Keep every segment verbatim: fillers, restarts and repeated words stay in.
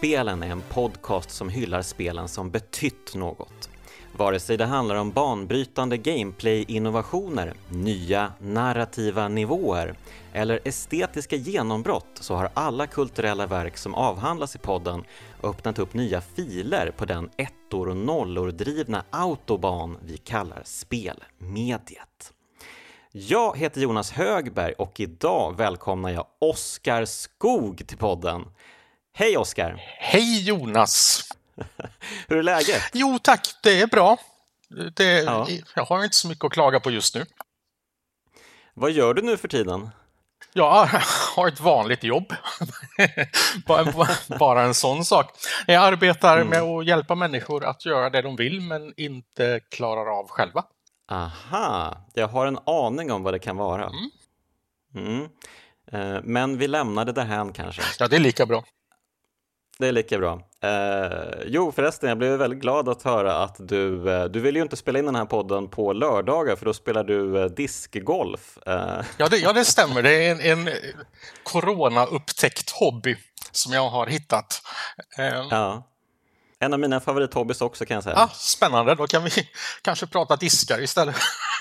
Spelen är en podcast som hyllar spelen som betytt något. Vare sig det handlar om banbrytande gameplay-innovationer, nya narrativa nivåer eller estetiska genombrott, så har alla kulturella verk som avhandlas i podden öppnat upp nya filer på den ettor och nollor drivna autobahn vi kallar spelmediet. Jag heter Jonas Högberg och idag välkomnar jag Oskar Skog till podden. Hej Oskar! Hej Jonas! Hur är läget? Jo tack, det är bra. Det, ja. Jag har inte så mycket att klaga på just nu. Vad gör du nu för tiden? Jag har ett vanligt jobb. Bara en sån sak. Jag arbetar mm. med att hjälpa människor att göra det de vill men inte klarar av själva. Aha, jag har en aning om vad det kan vara. Mm. Mm. Men vi lämnade det här kanske. Ja, det är lika bra. Det är lika bra. Eh, jo förresten, jag blev väldigt glad att höra att du, eh, du vill ju inte spela in den här podden på lördagar för då spelar du eh, diskgolf. Eh. Ja, det, ja, det stämmer. Det är en, en corona-upptäckt hobby som jag har hittat. Eh. Ja. En av mina favorithobbys också kan jag säga. Ja, spännande. Då kan vi kanske prata diskar istället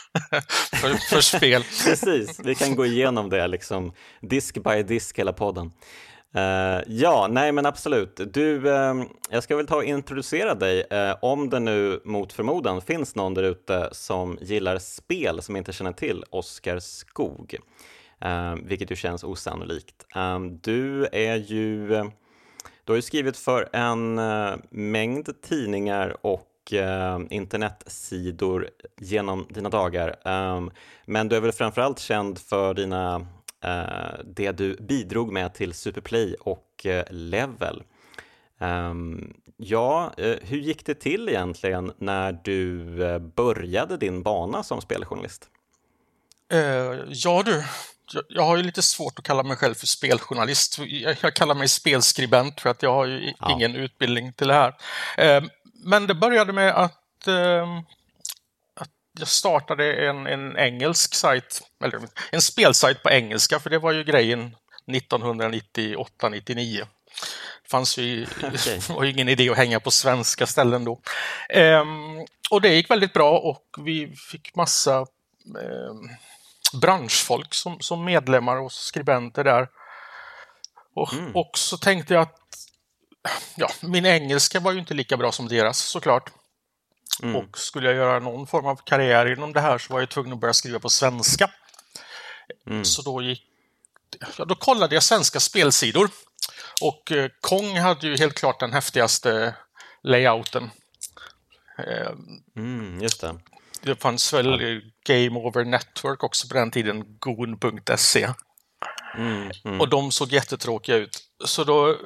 för, för spel. Precis, vi kan gå igenom det liksom disk by disk hela podden. Uh, ja, nej men absolut. Du, uh, jag ska väl ta och introducera dig uh, om det nu mot förmodan finns någon där ute som gillar spel som inte känner till Oskar Skog. Uh, vilket ju känns osannolikt. Uh, du är ju uh, du har ju skrivit för en uh, mängd tidningar och uh, internetsidor genom dina dagar. Um, men du är väl framförallt känd för dina Uh, det du bidrog med till Superplay och uh, Level. Um, ja, uh, hur gick det till egentligen när du uh, började din bana som speljournalist? Uh, ja du, jag, jag har ju lite svårt att kalla mig själv för speljournalist. Jag, jag kallar mig spelskribent för att jag har ju ja. ingen utbildning till det här. Uh, men det började med att uh, jag startade en, en engelsk sajt, eller en spelsajt på engelska, för det var ju grejen nittonhundranittioåtta nittionio. Det fanns ju okay. var ju ingen idé att hänga på svenska ställen då. Ehm, och det gick väldigt bra och vi fick massa eh, branschfolk som, som medlemmar och skribenter där. Och, mm. och så tänkte jag att ja, min engelska var ju inte lika bra som deras såklart. Mm. Och skulle jag göra någon form av karriär inom det här så var jag tvungen att börja skriva på svenska. Mm. Så då gick ja, då kollade jag svenska spelsidor. Och eh, Kong hade ju helt klart den häftigaste layouten. Eh, mm, just det. Det fanns väl ja. Game Over Network också på den tiden, goon punkt se. Mm, mm. Och de såg jättetråkiga ut. Så då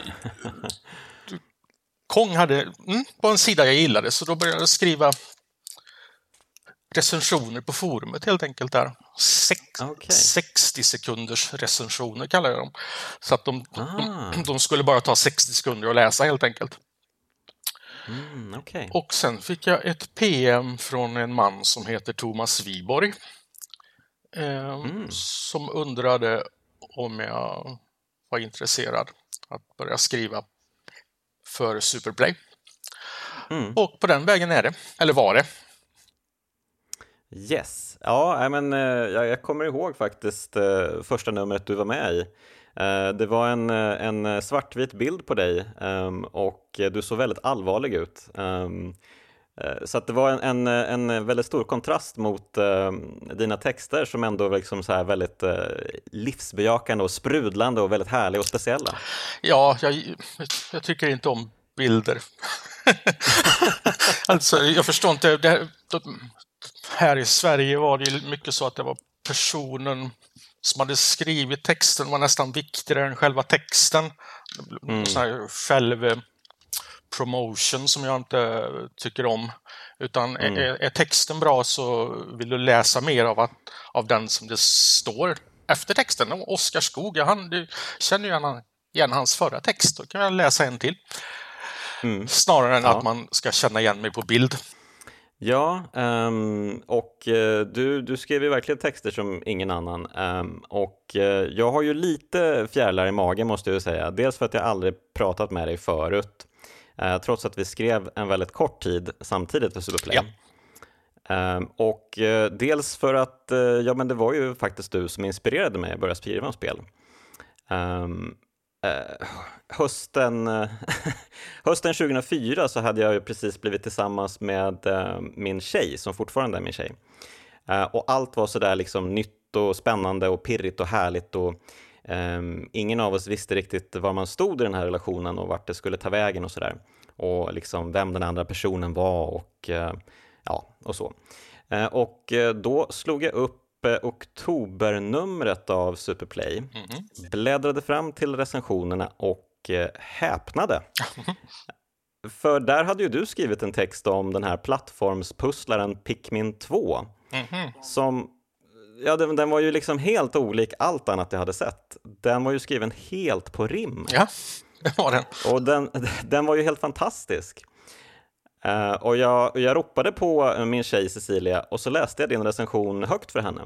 Kong hade mm, på en sida jag gillade, så då började jag skriva recensioner på forumet helt enkelt där. Sex, okay. sextio sekunders recensioner kallar jag dem. Så att de, ah. de, de skulle bara ta sextio sekunder att läsa helt enkelt. Mm, okay. Och sen fick jag ett P M från en man som heter Thomas Wiborg. Eh, mm. Som undrade om jag var intresserad att börja skriva för Superplay. Mm. Och på den vägen är det. Eller var det? Yes. Ja, men jag, jag kommer ihåg faktiskt första numret du var med i. Det var en, en svartvit bild på dig och du såg väldigt allvarlig ut. Så att det var en, en, en väldigt stor kontrast mot dina texter som ändå var liksom så här väldigt livsbejakande och sprudlande och väldigt härliga och speciella. Ja, jag, jag tycker inte om bilder. Alltså, jag förstår inte. Det, här i Sverige var det ju mycket så att det var personen som hade skrivit texten var nästan viktigare än själva texten. Mm. Sån här själv promotion som jag inte tycker om. Utan mm. är, är texten bra så vill du läsa mer av, att, av den som det står efter texten. Oskar Skog, han, du känner ju igen, igen hans förra text. Då kan jag läsa en till. Mm. Snarare än ja. att man ska känna igen mig på bild. Ja, um, och uh, du, du skrev ju verkligen texter som ingen annan. Um, och uh, jag har ju lite fjärilar i magen måste jag säga. Dels för att jag aldrig pratat med dig förut. Uh, trots att vi skrev en väldigt kort tid samtidigt för Superplay. Ja. Um, och uh, dels för att uh, ja, men det var ju faktiskt du som inspirerade mig att börja skriva om spel. Um, Uh, hösten, uh, hösten tjugohundrafyra så hade jag ju precis blivit tillsammans med uh, min tjej som fortfarande är min tjej. Uh, och allt var sådär liksom nytt och spännande och pirrigt och härligt och um, ingen av oss visste riktigt var man stod i den här relationen och vart det skulle ta vägen och sådär. Och liksom vem den andra personen var och uh, ja, och så. Uh, och uh, då slog jag upp oktobernumret av Superplay, mm-hmm. bläddrade fram till recensionerna och eh, häpnade. För där hade ju du skrivit en text om den här plattformspusslaren Pikmin två. Mm-hmm. Som, ja den, den var ju liksom helt olik allt annat jag hade sett. Den var ju skriven helt på rim. Ja, det var den. Och den, den var ju helt fantastisk. Uh, och jag, jag ropade på min tjej Cecilia och så läste jag din recension högt för henne.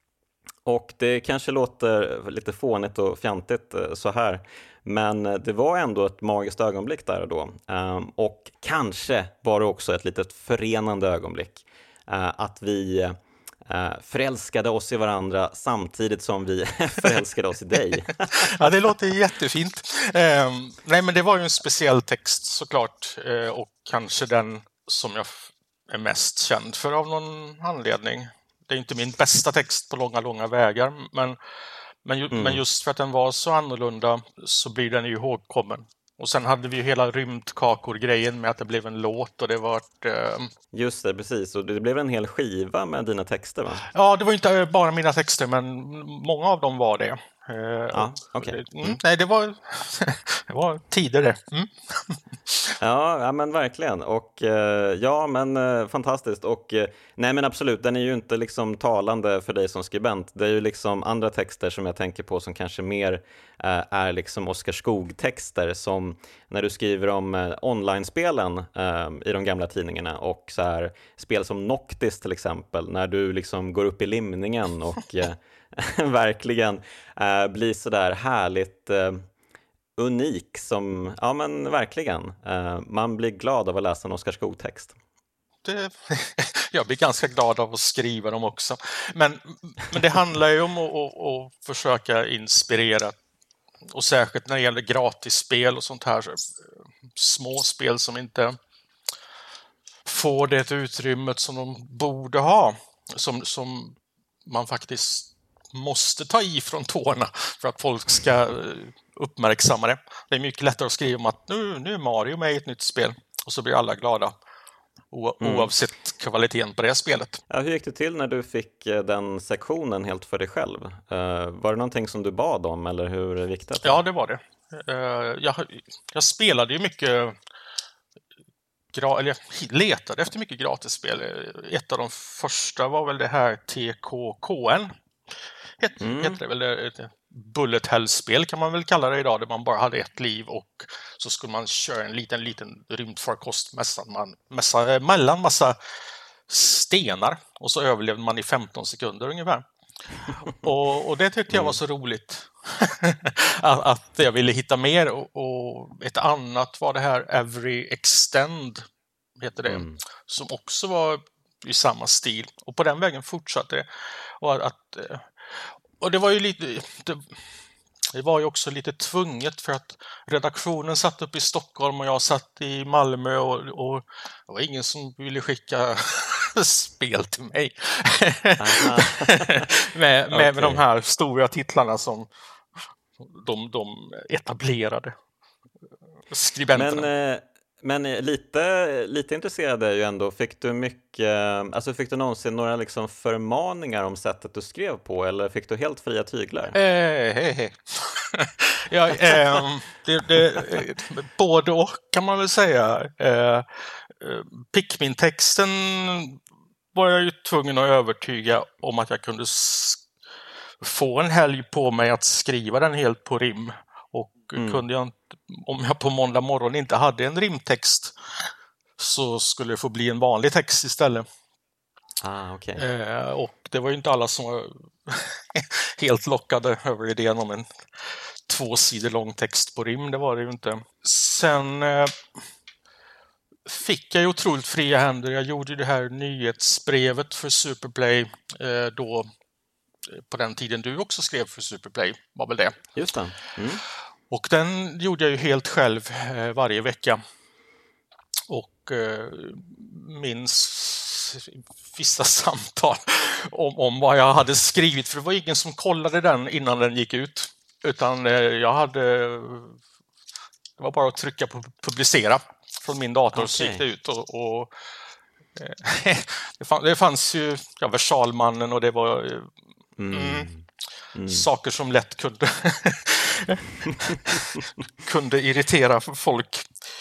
Och det kanske låter lite fånigt och fjantigt uh, så här, men det var ändå ett magiskt ögonblick där och då. Um, och kanske var det också ett litet förenande ögonblick. Uh, att vi uh, förälskade oss i varandra samtidigt som vi förälskade oss i dig. Ja, det låter jättefint. Um, nej, men det var ju en speciell text såklart. Uh, och kanske den som jag är mest känd för av någon anledning. Det är inte min bästa text på långa, långa vägar. Men, men, ju, mm. men just för att den var så annorlunda så blir den ju ihågkommen. Och sen hade vi ju hela rymdkakor-grejen med att det blev en låt och det var... Eh... Just det, precis. Och det blev en hel skiva med dina texter, va? Ja, det var inte bara mina texter, men många av dem var det. Eh, ja, okej. Okay. Mm, mm. Nej, det var, det var tider det. Mm. Ja, ja, men verkligen. Och eh, ja, men eh, fantastiskt. Och eh, nej, men absolut, den är ju inte liksom talande för dig som skribent. Det är ju liksom andra texter som jag tänker på som kanske mer eh, är liksom Oskar Skog-texter, som när du skriver om eh, online-spelen eh, i de gamla tidningarna och så här spel som Noctis till exempel, när du liksom går upp i limningen och eh, verkligen eh, blir så där härligt eh, unik som, ja men verkligen, uh, man blir glad av att läsa en Oskar Skog-text. Det, jag blir ganska glad av att skriva dem också. Men, men det handlar ju om att, att, att försöka inspirera, och särskilt när det gäller gratisspel och sånt här, små spel som inte får det utrymmet som de borde ha, som, som man faktiskt måste ta i från tårna för att folk ska uppmärksamma det. Det är mycket lättare att skriva om att nu, nu är Mario med i ett nytt spel och så blir alla glada o- mm. oavsett kvaliteten på det spelet. Ja, hur gick det till när du fick den sektionen helt för dig själv? Uh, var det någonting som du bad om eller hur gick det? Ja, det var det. Uh, jag, jag spelade ju mycket gra- eller jag letade efter mycket gratisspel. Ett av de första var väl det här T K K N. Het, mm. Heter det väl ett bullet hell-spel kan man väl kalla det idag, där man bara hade ett liv och så skulle man köra en liten, liten rymdfarkost man mässa, mellan massa stenar och så överlevde man i femton sekunder ungefär. och, och det tyckte jag var så roligt att, att jag ville hitta mer och, och ett annat var det här Every Extend heter det, mm. som också var i samma stil och på den vägen fortsatte det. Och att Och det var ju lite det, det var ju också lite tvunget för att redaktionen satt upp i Stockholm och jag satt i Malmö och, och det var ingen som ville skicka spel till mig. med, med, okay. med de här stora titlarna som de, de etablerade skribenterna. Men, men lite, lite intresserad är ju ändå, fick du mycket, alltså fick du någonsin några liksom förmaningar om sättet du skrev på eller fick du helt fria tyglar? Eh, he, he. ja, eh, det, det, både och kan man väl säga. Eh, Pikmin-texten var jag ju tvungen att övertyga om att jag kunde s- få en helg på mig att skriva den helt på rim. Och mm. kunde jag inte, om jag på måndag morgon inte hade en rimtext så skulle det få bli en vanlig text istället. Ah, okay. Eh, och det var ju inte alla som var helt lockade över idén om en två sidor lång text på rim, det var det ju inte. Sen eh, fick jag ju otroligt fria händer. Jag gjorde det här nyhetsbrevet för Superplay eh, då på den tiden du också skrev för Superplay, var väl det? Just det. Mm. Och den gjorde jag ju helt själv eh, varje vecka. Och eh, minns vissa samtal om, om vad jag hade skrivit. För det var ingen som kollade den innan den gick ut. Utan eh, jag hade... Det var bara att trycka på publicera från min dator, okay. Så gick det ut. Och, och eh, det, fann, det fanns ju ja, Versalmannen och det var... Eh, mm. Mm. Mm. Saker som lätt kunde kunde irritera folk.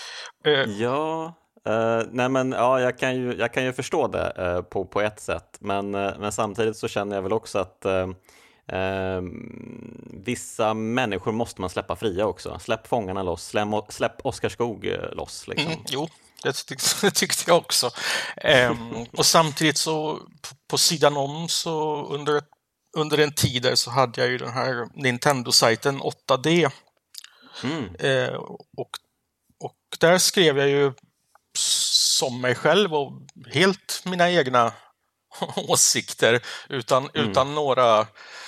Ja, uh, nej men ja, jag kan ju jag kan ju förstå det uh, på på ett sätt, men uh, men samtidigt så känner jag väl också att uh, uh, vissa människor måste man släppa fria också. Släpp fångarna loss, släpp, släpp Oskar Skog uh, loss liksom. Mm, jo, det tyckte, det tyckte jag också. Um, och samtidigt så på, på sidan om så under ett Under en tid där så hade jag ju den här Nintendo-sajten åtta D. Mm. Eh, och, och där skrev jag ju som mig själv och helt mina egna åsikter utan, mm. utan några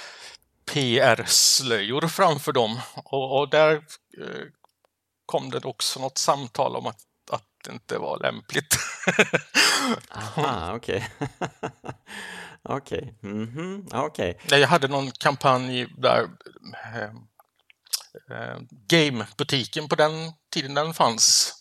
P R-slöjor framför dem. Och, och där eh, kom det också något samtal om att, att det inte var lämpligt. Aha, okej. Okej. Mhm. Okej. Jag hade någon kampanj där eh, eh, gamebutiken på den tiden den fanns.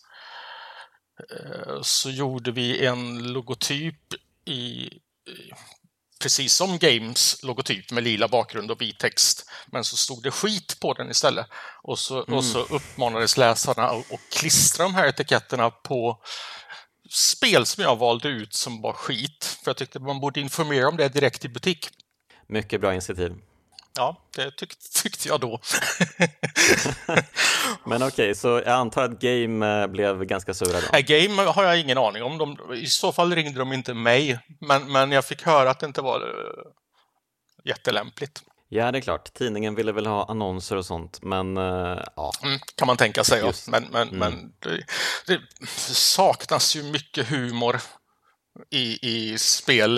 Eh, så gjorde vi en logotyp i, i precis som Games logotyp med lila bakgrund och vit text, men så stod det skit på den istället. Och så, mm. och så uppmanades läsarna att, att klistra de här etiketterna på spel som jag valde ut som var skit. För jag tyckte man borde informera om det direkt i butik. Mycket bra initiativ. Ja, det tyck- tyckte jag då. Men okej, okay, så jag antar att Game blev ganska sura då? Nej, Game har jag ingen aning om. De, i så fall ringde de inte mig. Men, men jag fick höra att det inte var uh, jättelämpligt. Ja, det är klart. Tidningen ville väl ha annonser och sånt, men uh, ja. Mm, kan man tänka sig, ja. Men, men, mm. men det, det saknas ju mycket humor i, i spel.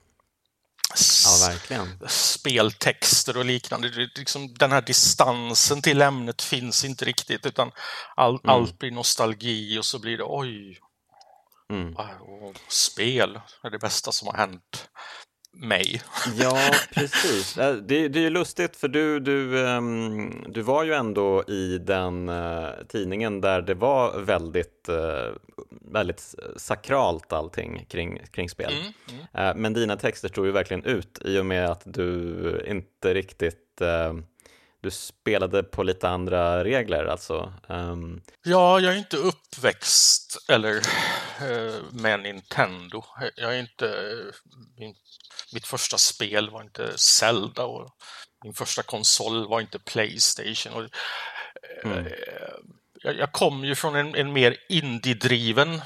Ja, verkligen. Speltexter och liknande. Det, liksom, den här distansen till ämnet finns inte riktigt, utan all, mm. allt blir nostalgi och så blir det oj. Mm. Och spel är det bästa som har hänt mig. Ja, precis. Det, det är ju lustigt för du, du, um, du var ju ändå i den uh, tidningen där det var väldigt, uh, väldigt sakralt allting kring, kring spel. Mm, mm. Uh, men dina texter stod ju verkligen ut i och med att du inte riktigt... Uh, du spelade på lite andra regler, alltså. Um... Ja, jag är inte uppväxt eller uh, med Nintendo. Jag är inte... Min, mitt första spel var inte Zelda och min första konsol var inte PlayStation. Och, uh, mm. jag, jag kom ju från en, en mer indie-driven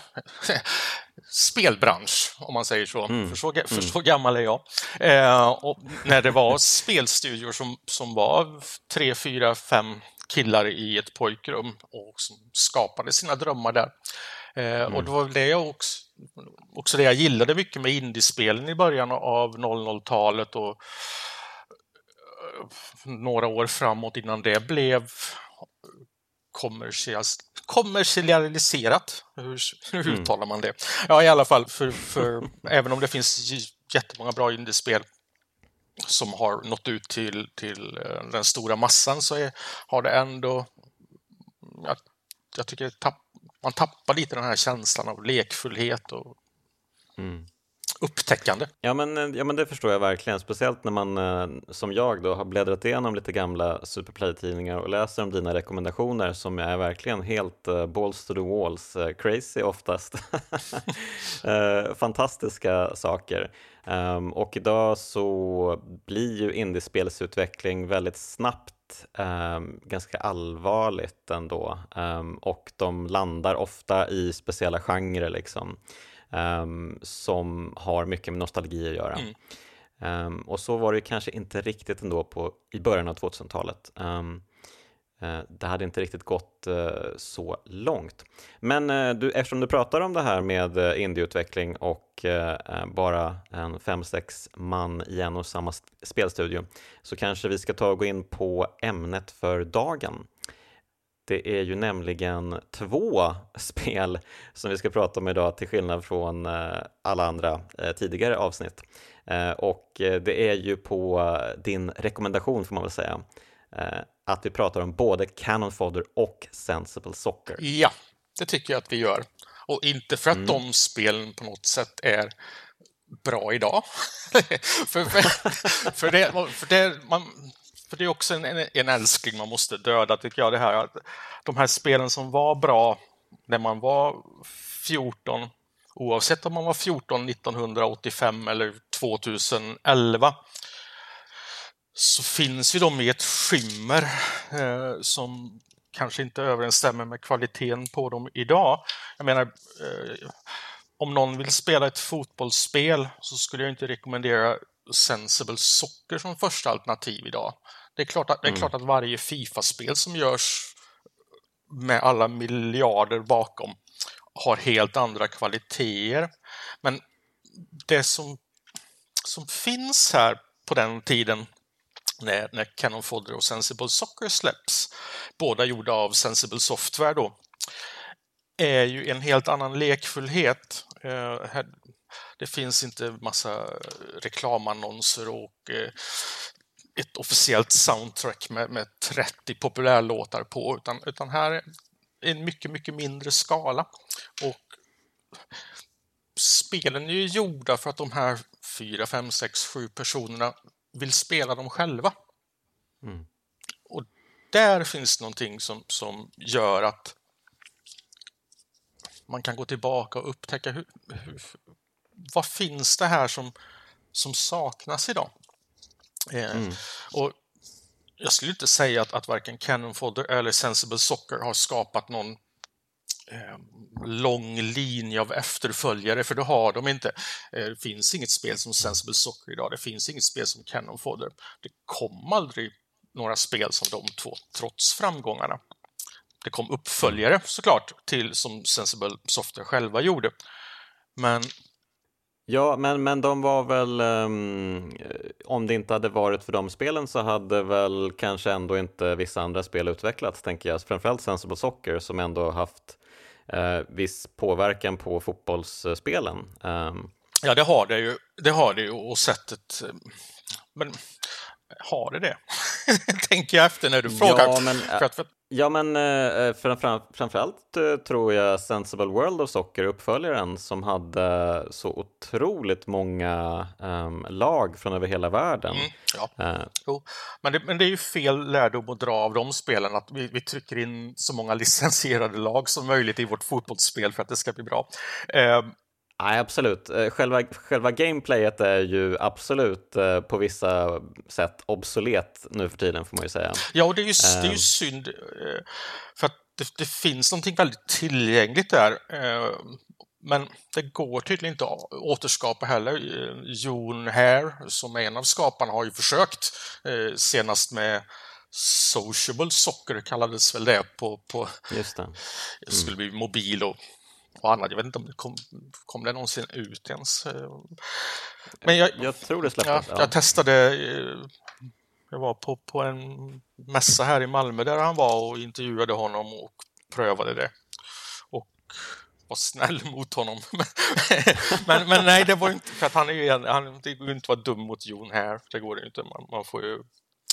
spelbransch, om man säger så. Mm. För, så för mm. så gammal är jag. Eh, och när det var spelstudior som, som var tre, fyra, fem killar i ett pojkrum och som skapade sina drömmar där. Eh, mm. Och det var det jag också, också det jag gillade mycket med indiespelen i början av noll noll-talet och uh, några år framåt innan det blev kommersialiserat. Hur, hur uttalar man det? Ja, i alla fall för, för även om det finns jättemånga bra indiespel som har nått ut till, till den stora massan så är, har det ändå jag, jag tycker tapp, man tappar lite den här känslan av lekfullhet och mm. upptäckande. Ja men, ja men det förstår jag verkligen, speciellt när man som jag då har bläddrat igenom lite gamla Superplay-tidningar och läser om dina rekommendationer som är verkligen helt uh, balls to the walls, uh, crazy oftast. uh, fantastiska saker. Um, och idag så blir ju indiespelsutveckling väldigt snabbt väldigt um, ganska allvarligt ändå, um, och de landar ofta i speciella genrer liksom, um, som har mycket med nostalgi att göra. Mm. Um, och så var det kanske inte riktigt ändå på, i början av tvåtusentalet. Um, uh, det hade inte riktigt gått uh, så långt. Men uh, du, eftersom du pratar om det här med uh, indieutveckling och uh, bara en fem sex man i en och samma spelstudio, så kanske vi ska ta och gå in på ämnet för dagen. Det är ju nämligen två spel som vi ska prata om idag, till skillnad från uh, alla andra uh, tidigare avsnitt. Uh, och uh, det är ju på uh, din rekommendation, får man väl säga, uh, att vi pratar om både Cannon Fodder och Sensible Soccer. Ja, det tycker jag att vi gör. Och inte för att mm. de spelen på något sätt är bra idag. för, för, för, det, för, det, man, för det är också en, en älskling man måste döda, tycker jag. Det här, att de här spelen som var bra när man var fjorton, oavsett om man var fjorton nittonhundraåttiofem eller tvåtusenelva, så finns ju de i ett skimmer eh, som kanske inte överensstämmer med kvaliteten på dem idag. Jag menar, eh, om någon vill spela ett fotbollsspel så skulle jag inte rekommendera Sensible Soccer som första alternativ idag. Det är klart att, det är klart att varje FIFA-spel som görs med alla miljarder bakom har helt andra kvaliteter. Men det som, som finns här på den tiden när, när Cannon Fodder och Sensible Soccer släpps, båda gjorda av Sensible Software då, är ju en helt annan lekfullhet. Eh, här, det finns inte massa reklamannonser och eh, ett officiellt soundtrack med, med trettio populärlåtar på, utan, utan här är en mycket, mycket mindre skala. Och spelen är ju gjorda för att de här fyra, fem, sex, sju personerna vill spela dem själva. Mm. Och där finns någonting som, som gör att man kan gå tillbaka och upptäcka hur, hur, vad finns det här som, som saknas idag. Eh, mm. Och jag skulle inte säga att, att varken Cannon Fodder eller Sensible Soccer har skapat någon eh, lång linje av efterföljare, för det har de inte. Eh, det finns inget spel som Sensible Soccer idag, det finns inget spel som Cannon Fodder. Det kom aldrig några spel som de två, trots framgångarna. Det kom uppföljare såklart till som Sensible Software själva gjorde. Men Ja, men, men de var väl, um, om det inte hade varit för de spelen så hade väl kanske ändå inte vissa andra spel utvecklats, tänker jag. Framförallt Sensible Soccer som ändå haft uh, viss påverkan på fotbollsspelen. Um. Ja, det har det ju. Det har det ju, och sättet. Men har det det? Tänker jag efter när du frågar. Ja, men, för att, för... ja, men för, fram, framförallt tror jag Sensible World of Soccer, uppföljaren, som hade så otroligt många um, lag från över hela världen. Mm, ja. uh. jo. Men, det, men det är ju fel lärdom att dra av de spelen, att vi, vi trycker in så många licensierade lag som möjligt i vårt fotbollsspel för att det ska bli bra. Uh, Nej, absolut. Själva, själva gameplayet är ju absolut på vissa sätt obsolet nu för tiden, får man ju säga. Ja, och det är ju, det är ju synd, för att det, det finns någonting väldigt tillgängligt där. Men det går tydligen inte att återskapa heller. Jon Hare, som är en av skaparna, har ju försökt, senast med Sociable Soccer kallades väl det på, på Just det. Mm. det skulle bli mobil och och annat. Jag vet inte om det kom, kom det någonsin ut ens. Men jag, jag tror det släpptes. Ja, jag testade, jag var på, på en mässa här i Malmö där han var och intervjuade honom och prövade det. Och var snäll mot honom. men, men nej, det var inte, för att han är ju, han, det går ju inte vara dum mot Jon här. Det går det inte. Man, man får ju...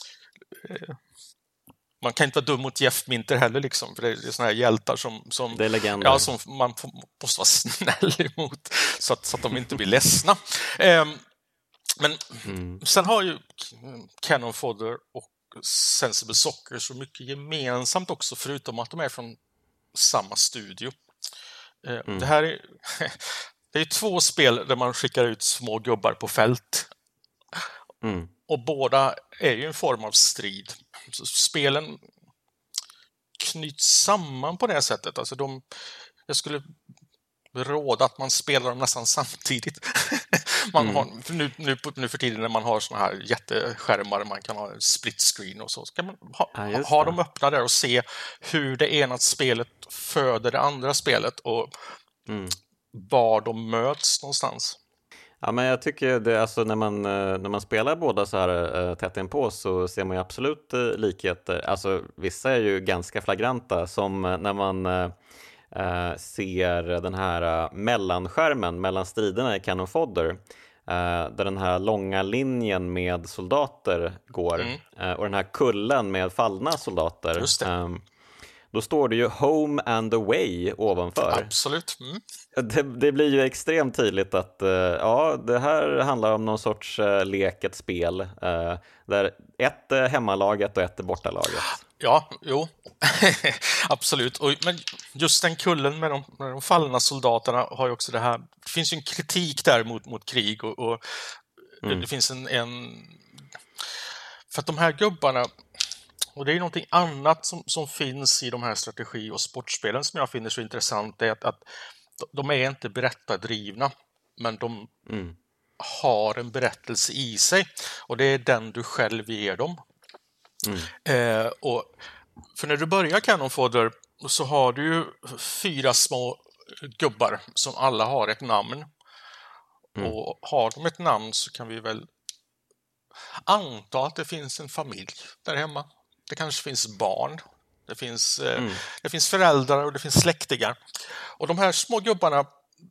Eh, Man kan inte vara dum mot Jeff Minter heller, liksom, för det är såna här hjältar som, som, det är legender. Ja, som man får, måste vara snäll emot så att, så att de inte blir ledsna. Eh, men mm. sen har ju Cannon Fodder och Sensible Soccer så mycket gemensamt också, förutom att de är från samma studio. Eh, mm. Det här är, det är två spel där man skickar ut små gubbar på fält. Mm. Och båda är ju en form av strid. spelen knyts samman på det sättet. Alltså de, jag skulle råda att man spelar dem nästan samtidigt. man mm. har, för nu, nu, nu för tiden när man har såna här jätteskärmar, man kan ha split screen och så, så kan man ha, ja, ha dem öppna där och se hur det ena spelet föder det andra spelet och mm. var de möts någonstans. Ja, men jag tycker det, alltså när man, när man spelar båda så här äh, tätt inpå så ser man ju absolut äh, likheter. Alltså vissa är ju ganska flagranta, som äh, när man äh, ser den här äh, mellanskärmen mellan striderna i Cannon Fodder, äh, där den här långa linjen med soldater går mm. äh, och den här kullen med fallna soldater. Just det. Äh, Då står det ju Home and Away ovanför. Absolut. Mm. Det, det blir ju extremt tydligt att uh, ja, det här handlar om någon sorts uh, lek, ett spel. Uh, där ett är hemmalaget och ett är bortalaget. Ja, jo. Absolut. Och, men just den kullen med de, med de fallna soldaterna har ju också det här. Det finns ju en kritik där mot, mot krig och, och mm. det finns en, en... För att de här gubbarna... Och det är någonting annat som, som finns i de här strategi- och sportspelen som jag finner så intressant, är att, att de är inte berättardrivna, men de mm. har en berättelse i sig, och det är den du själv ger dem. Mm. Eh, och för när du börjar Cannon Fodder så har du ju fyra små gubbar som alla har ett namn. Mm. Och har de ett namn så kan vi väl anta att det finns en familj där hemma. Det kanske finns barn, det finns, eh, mm. det finns föräldrar och det finns släktingar. Och de här små gubbarna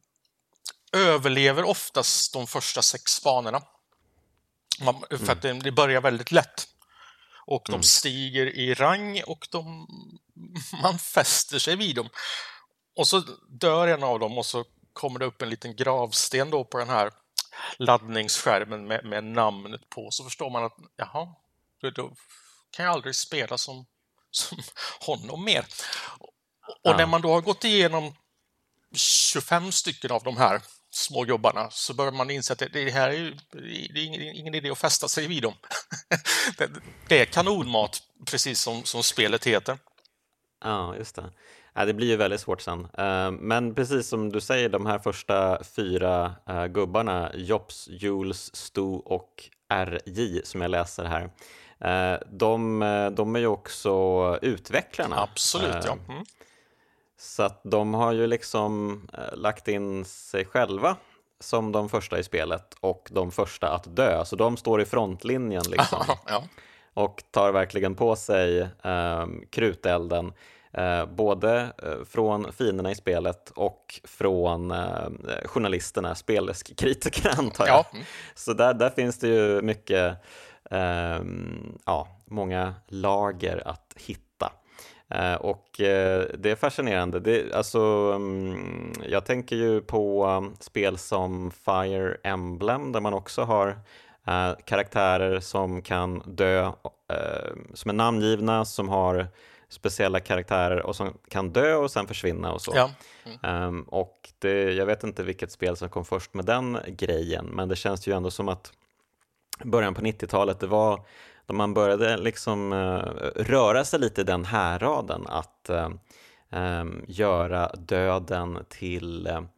överlever oftast de första sex banorna. Man, mm. För att det, det börjar väldigt lätt. Och de mm. stiger i rang och de, man fäster sig vid dem. Och så dör en av dem och så kommer det upp en liten gravsten då på den här laddningsskärmen med, med namnet på. Så förstår man att, jaha, då kan jag aldrig spela som, som honom mer. Och ja. När man då har gått igenom tjugofem stycken av de här små gubbarna så börjar man inse att det, det här är, ju, det är ingen, ingen idé att fästa sig vid dem. det, det är kanonmat, precis som, som spelet heter. Ja, just det. Ja, det blir ju väldigt svårt sen. Men precis som du säger, de här första fyra gubbarna, Jops, Jules, Stu och R J, som jag läser här, de, de är ju också utvecklarna. Absolut, ja. Mm. Så att de har ju liksom lagt in sig själva som de första i spelet och de första att dö. Så de står i frontlinjen liksom. Ja. Och tar verkligen på sig eh, krutelden. Eh, både eh, från fienderna i spelet och från eh, journalisterna, spelkritikerna antar jag. Ja. Mm. Så där, där finns det ju mycket, eh, ja, många lager att hitta. Uh, och uh, det är fascinerande. Det, alltså, um, jag tänker ju på um, spel som Fire Emblem där man också har uh, karaktärer som kan dö, uh, som är namngivna, som har speciella karaktärer och som kan dö och sen försvinna och så. Ja. Mm. Um, och det, jag vet inte vilket spel som kom först med den grejen, men det känns ju ändå som att början på nittiotalet, det var då man började liksom uh, röra sig lite i den här raden att uh, um, göra döden till uh,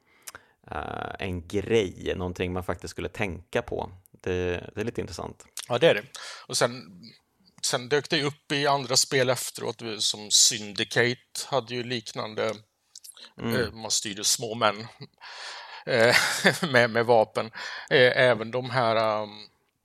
en grej, någonting man faktiskt skulle tänka på. Det, det är lite intressant. Ja, det är det. Och sen, sen dök det upp i andra spel efteråt, som Syndicate hade ju liknande, mm. uh, man styrde små män uh, med, med vapen. Uh, även de här... Um,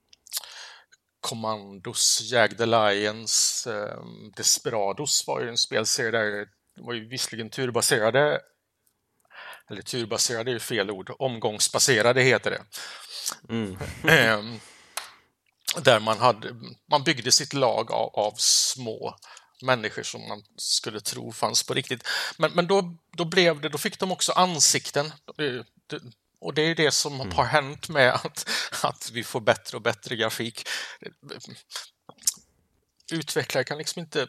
Commandos, Jagged Alliance, eh, Desperados var ju en spelserie där det var ju visserligen turbaserade, eller turbaserade är ju fel ord, omgångsbaserade heter det. Mm. eh, där man hade, man byggde sitt lag av, av små människor som man skulle tro fanns på riktigt. Men, men då, då blev det, då fick de också ansikten. Det, det, Och det är det som mm. har hänt med att, att vi får bättre och bättre grafik. Utvecklare kan liksom inte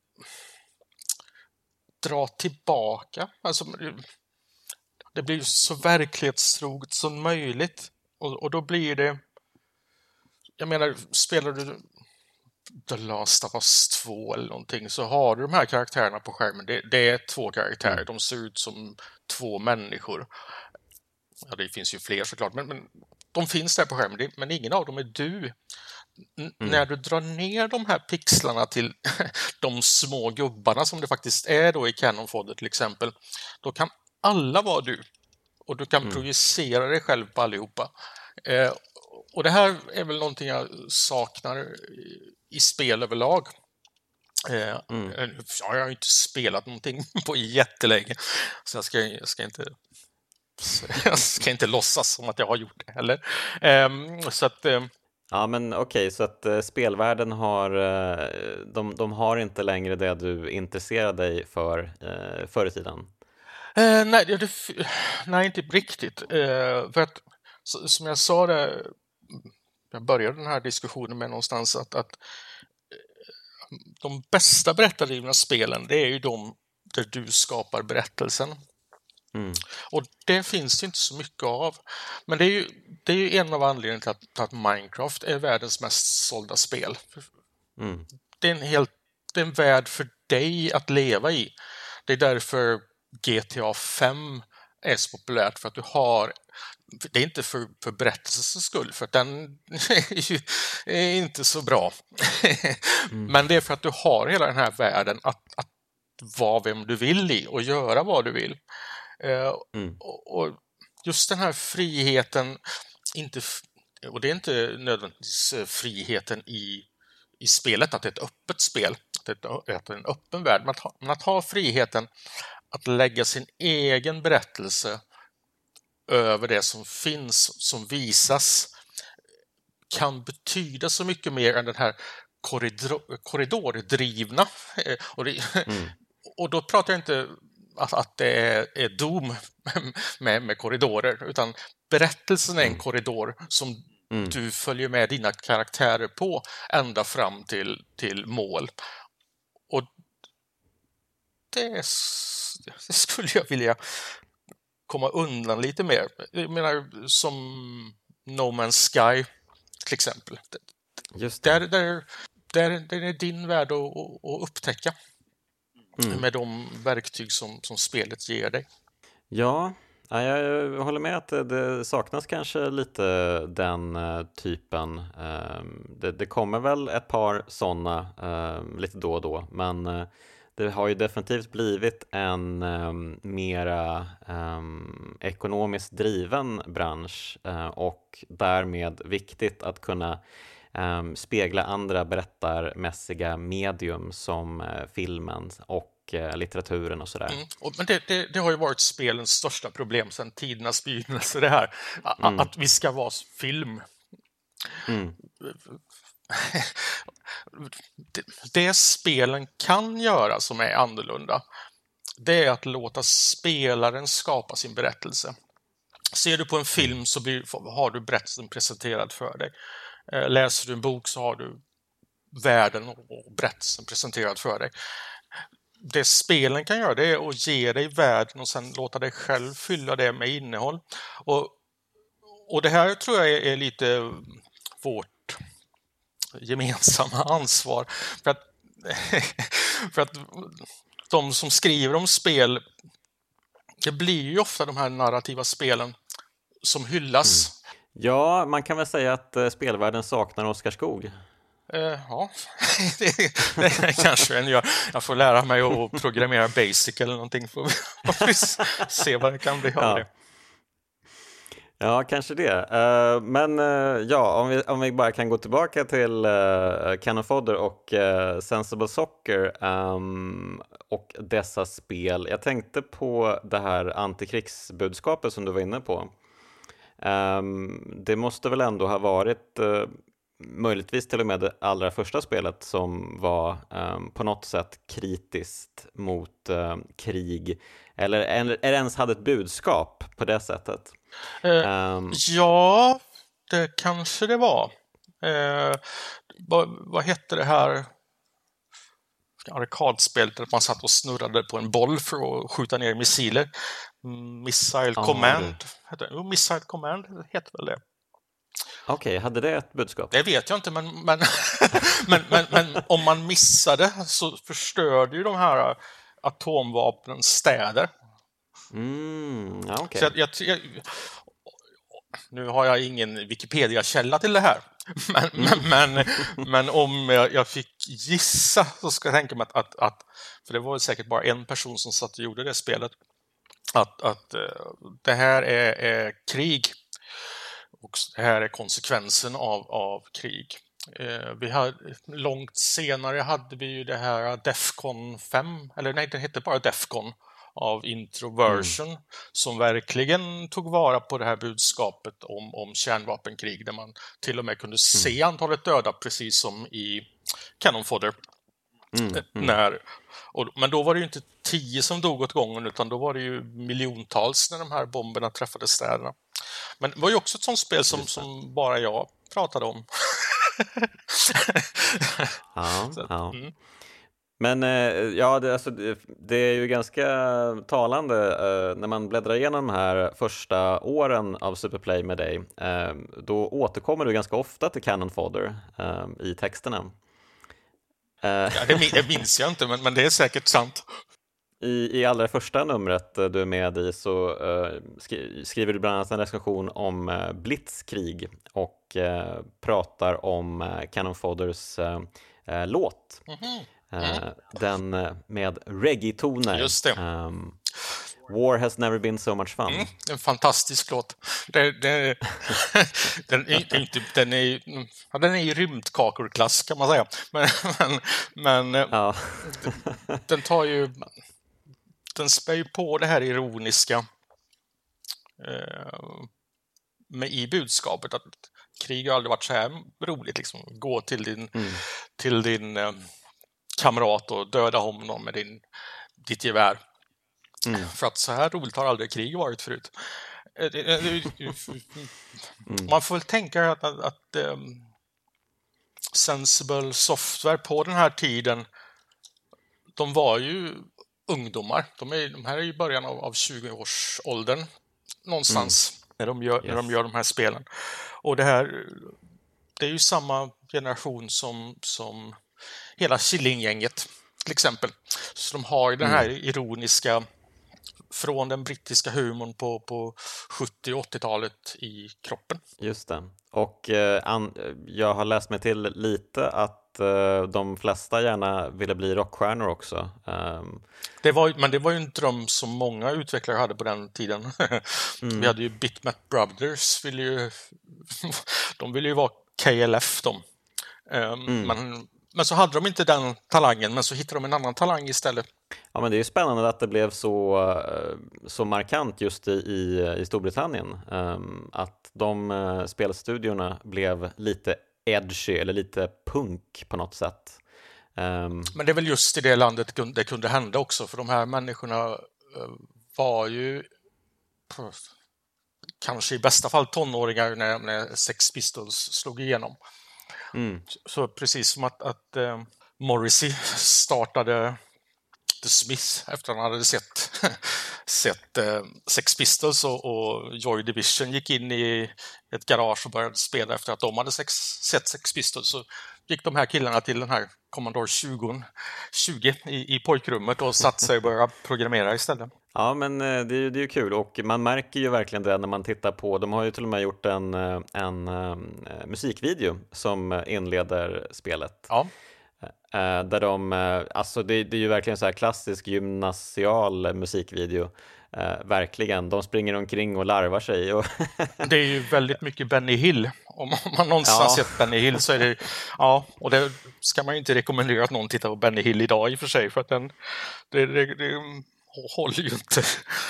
dra tillbaka. Alltså, det blir så verklighetstroget som möjligt. Och, och då blir det... Jag menar, spelar du The Last of Us två eller någonting, så har du de här karaktärerna på skärmen. Det, det är två karaktärer, mm. de ser ut som två människor. Ja, det finns ju fler såklart, men, men de finns där på skärmen, men ingen av dem är du. N- mm. När du drar ner de här pixlarna till de små gubbarna som det faktiskt är då i Cannon Fodder till exempel, då kan alla vara du. Och du kan mm. projicera dig själv på allihopa. Eh, och det här är väl någonting jag saknar i, i spel överlag. Eh, mm. Jag har ju inte spelat någonting på jättelänge, så jag ska, jag ska inte jag ska inte låtsas som att jag har gjort det heller. Eh, så att... Eh, Ja, men okej, okay, så att uh, spelvärlden har, uh, de, de har inte längre det du intresserar dig för uh, förr i tiden? Uh, nej, det, nej, inte riktigt. Uh, för att, så, som jag sa det, jag började den här diskussionen med någonstans att, att de bästa berättardrivna spelen, det är ju de där du skapar berättelsen. Mm. Och det finns det inte så mycket av. Men det är ju, det är ju en av anledningarna till att, att Minecraft är världens mest sålda spel. Mm. Det är en helt, det är en värld för dig att leva i. Det är därför G T A fem är så populärt, för att du har, det är inte för, för berättelsens skull, för att den är, ju, är inte så bra. Mm. Men det är för att du har hela den här världen att, att vara vem du vill i och göra vad du vill. Mm. Och just den här friheten, inte, och det är inte nödvändigtvis friheten i, i spelet, att det är ett öppet spel, att det är en öppen värld, men att, ha, men att ha friheten att lägga sin egen berättelse över det som finns, som visas, kan betyda så mycket mer än den här korridor, korridordrivna. Och, det, mm. och då pratar jag inte att, att det är, är Doom med, med korridorer, utan berättelsen är en mm. korridor som mm. du följer med dina karaktärer på ända fram till, till mål. Och det, det skulle jag vilja komma undan lite mer. Jag menar, som No Man's Sky till exempel. Just det. Där, där, där, där är din värld att, att upptäcka. Mm. Med de verktyg som, som spelet ger dig. Ja, jag håller med att det, det saknas kanske lite den uh, typen. Uh, det, det kommer väl ett par sådana uh, lite då och då, men uh, det har ju definitivt blivit en um, mera um, ekonomiskt driven bransch uh, och därmed viktigt att kunna Um, spegla andra berättarmässiga medium som uh, filmen och uh, litteraturen och sådär. Mm. Och, men det, det, det har ju varit spelens största problem sedan tidernas begynnelse, det här. A- mm. Att vi ska vara film. Mm. det, det spelen kan göra som är annorlunda, det är att låta spelaren skapa sin berättelse. Ser du på en film så blir, har du berättelsen presenterad för dig. Läser du en bok så har du världen och berättelsen presenterad för dig. Det spelen kan göra, det är att ge dig världen och sen låta dig själv fylla det med innehåll. Och, och det här tror jag är, är lite vårt gemensamma ansvar. För att, för att de som skriver om spel, det blir ju ofta de här narrativa spelen som hyllas. Mm. Ja, man kan väl säga att uh, spelvärlden saknar Oskar Skog. Uh, ja, det, det kanske en jag, jag får lära mig att programmera Basic eller någonting för att se vad det kan bli av ja. det. Ja, kanske det. Uh, men uh, ja, om vi, om vi bara kan gå tillbaka till uh, Cannon Fodder och uh, Sensible Soccer um, och dessa spel. Jag tänkte på det här antikrigsbudskapet som du var inne på. Um, det måste väl ändå ha varit uh, möjligtvis till och med det allra första spelet som var um, på något sätt kritiskt mot uh, krig eller, eller ens hade ett budskap på det sättet. Uh, um, ja, det kanske det var. Uh, vad, vad hette det här arkadspelet där man satt och snurrade på en boll för att skjuta ner missiler? Missile ah, Command. Jo, Missile Command heter väl det. Okej, hade det ett budskap? Det vet jag inte, men, men, men, men, men om man missade så förstörde ju de här atomvapnen städer. Mm, ja, okej. Så jag, jag, jag, nu har jag ingen Wikipedia-källa till det här, men, mm. men, men, men om jag, jag fick gissa så ska jag tänka mig att, att, att, för det var säkert bara en person som satt och gjorde det spelet, att, att det här är, är krig. Och det här är konsekvensen av, av krig. Eh, vi hade, långt senare hade vi ju det här Defcon fem, eller nej, det hette bara Defcon av Introversion, mm. som verkligen tog vara på det här budskapet om, om kärnvapenkrig, där man till och med kunde se mm. antalet döda, precis som i Cannon Fodder. Mm. Mm. När, och, men då var det ju inte tio som dog åt gången, utan då var det ju miljontals när de här bomberna träffade städerna. Men det var ju också ett sånt spel som, som bara jag pratade om. ja, Så, ja. Mm. Men ja, det, alltså, det, det är ju ganska talande eh, när man bläddrar igenom de här första åren av Superplay med dig. Eh, då återkommer du ganska ofta till Cannon Fodder eh, i texterna. Ja, det, det minns jag inte, men, men det är säkert sant. I, I allra första numret du är med i så uh, skri- skriver du bland annat en recension om uh, Blitzkrieg och uh, pratar om uh, Cannon Fodders uh, uh, låt. Mm-hmm. Mm. Uh, den uh, med reggae-toner. Just det. Um, War has never been so much fun. Mm, en fantastisk låt. Det, det, den, är, inte, den, är, ja, den är i rymdkakorklass, kan man säga. Men, men, men ja. den, den tar ju... Den spär ju på det här ironiska eh, med i budskapet att krig har aldrig varit så här roligt. Liksom. Gå till din, mm. till din eh, kamrat och döda honom med din, ditt gevär. Mm. För att så här roligt har aldrig krig varit förut. Mm. Man får väl tänka att, att, att um, Sensible Software på den här tiden, de var ju ungdomar. De, är, de här är i början av, av tjugo-årsåldern någonstans mm. när, de gör, yes. när de gör de här spelen. Och det här, det är ju samma generation som, som hela Killinggänget till exempel. Så de har ju den här mm. ironiska från den brittiska humorn på, på sjuttio- och åttiotalet i kroppen. Just det. Och eh, an, jag har läst mig till lite att eh, de flesta gärna ville bli rockstjärnor också. Um. Det var, men det var ju en dröm som många utvecklare hade på den tiden. mm. Vi hade ju Bitmap Brothers, ville ju, de ville ju vara K L F de. Um, mm. men, men så hade de inte den talangen, men så hittade de en annan talang istället. Ja, men det är ju spännande att det blev så, så markant just i, i, i Storbritannien. Um, att de uh, spelstudiorna blev lite edgy eller lite punk på något sätt. Um, men det är väl just i det landet det kunde hända också, för de här människorna uh, var ju uh, kanske i bästa fall tonåringar när, när Sex Pistols slog igenom. Mm. Så, så precis som att, att uh, Morrissey startade The Smith efter han hade sett, sett eh, Sex Pistols och, och Joy Division gick in i ett garage och började spela efter att de hade sex, sett Sex Pistols, så gick de här killarna till den här Commodore tjugo, tjugo i, i pojkrummet och satt sig och började programmera istället. Ja, men det är, det är ju kul och man märker ju verkligen det när man tittar på, de har ju till och med gjort en, en, en musikvideo som inleder spelet. Ja. Uh, där de, uh, alltså det, det är ju verkligen så här klassisk gymnasial musikvideo. Uh, verkligen, de springer omkring och larvar sig. Och det är ju väldigt mycket Benny Hill. Om man någonsin ja. har sett Benny Hill så är det, ja, och det ska man ju inte rekommendera att någon tittar på Benny Hill idag i och för sig, för att den, det, det, det håller ju inte.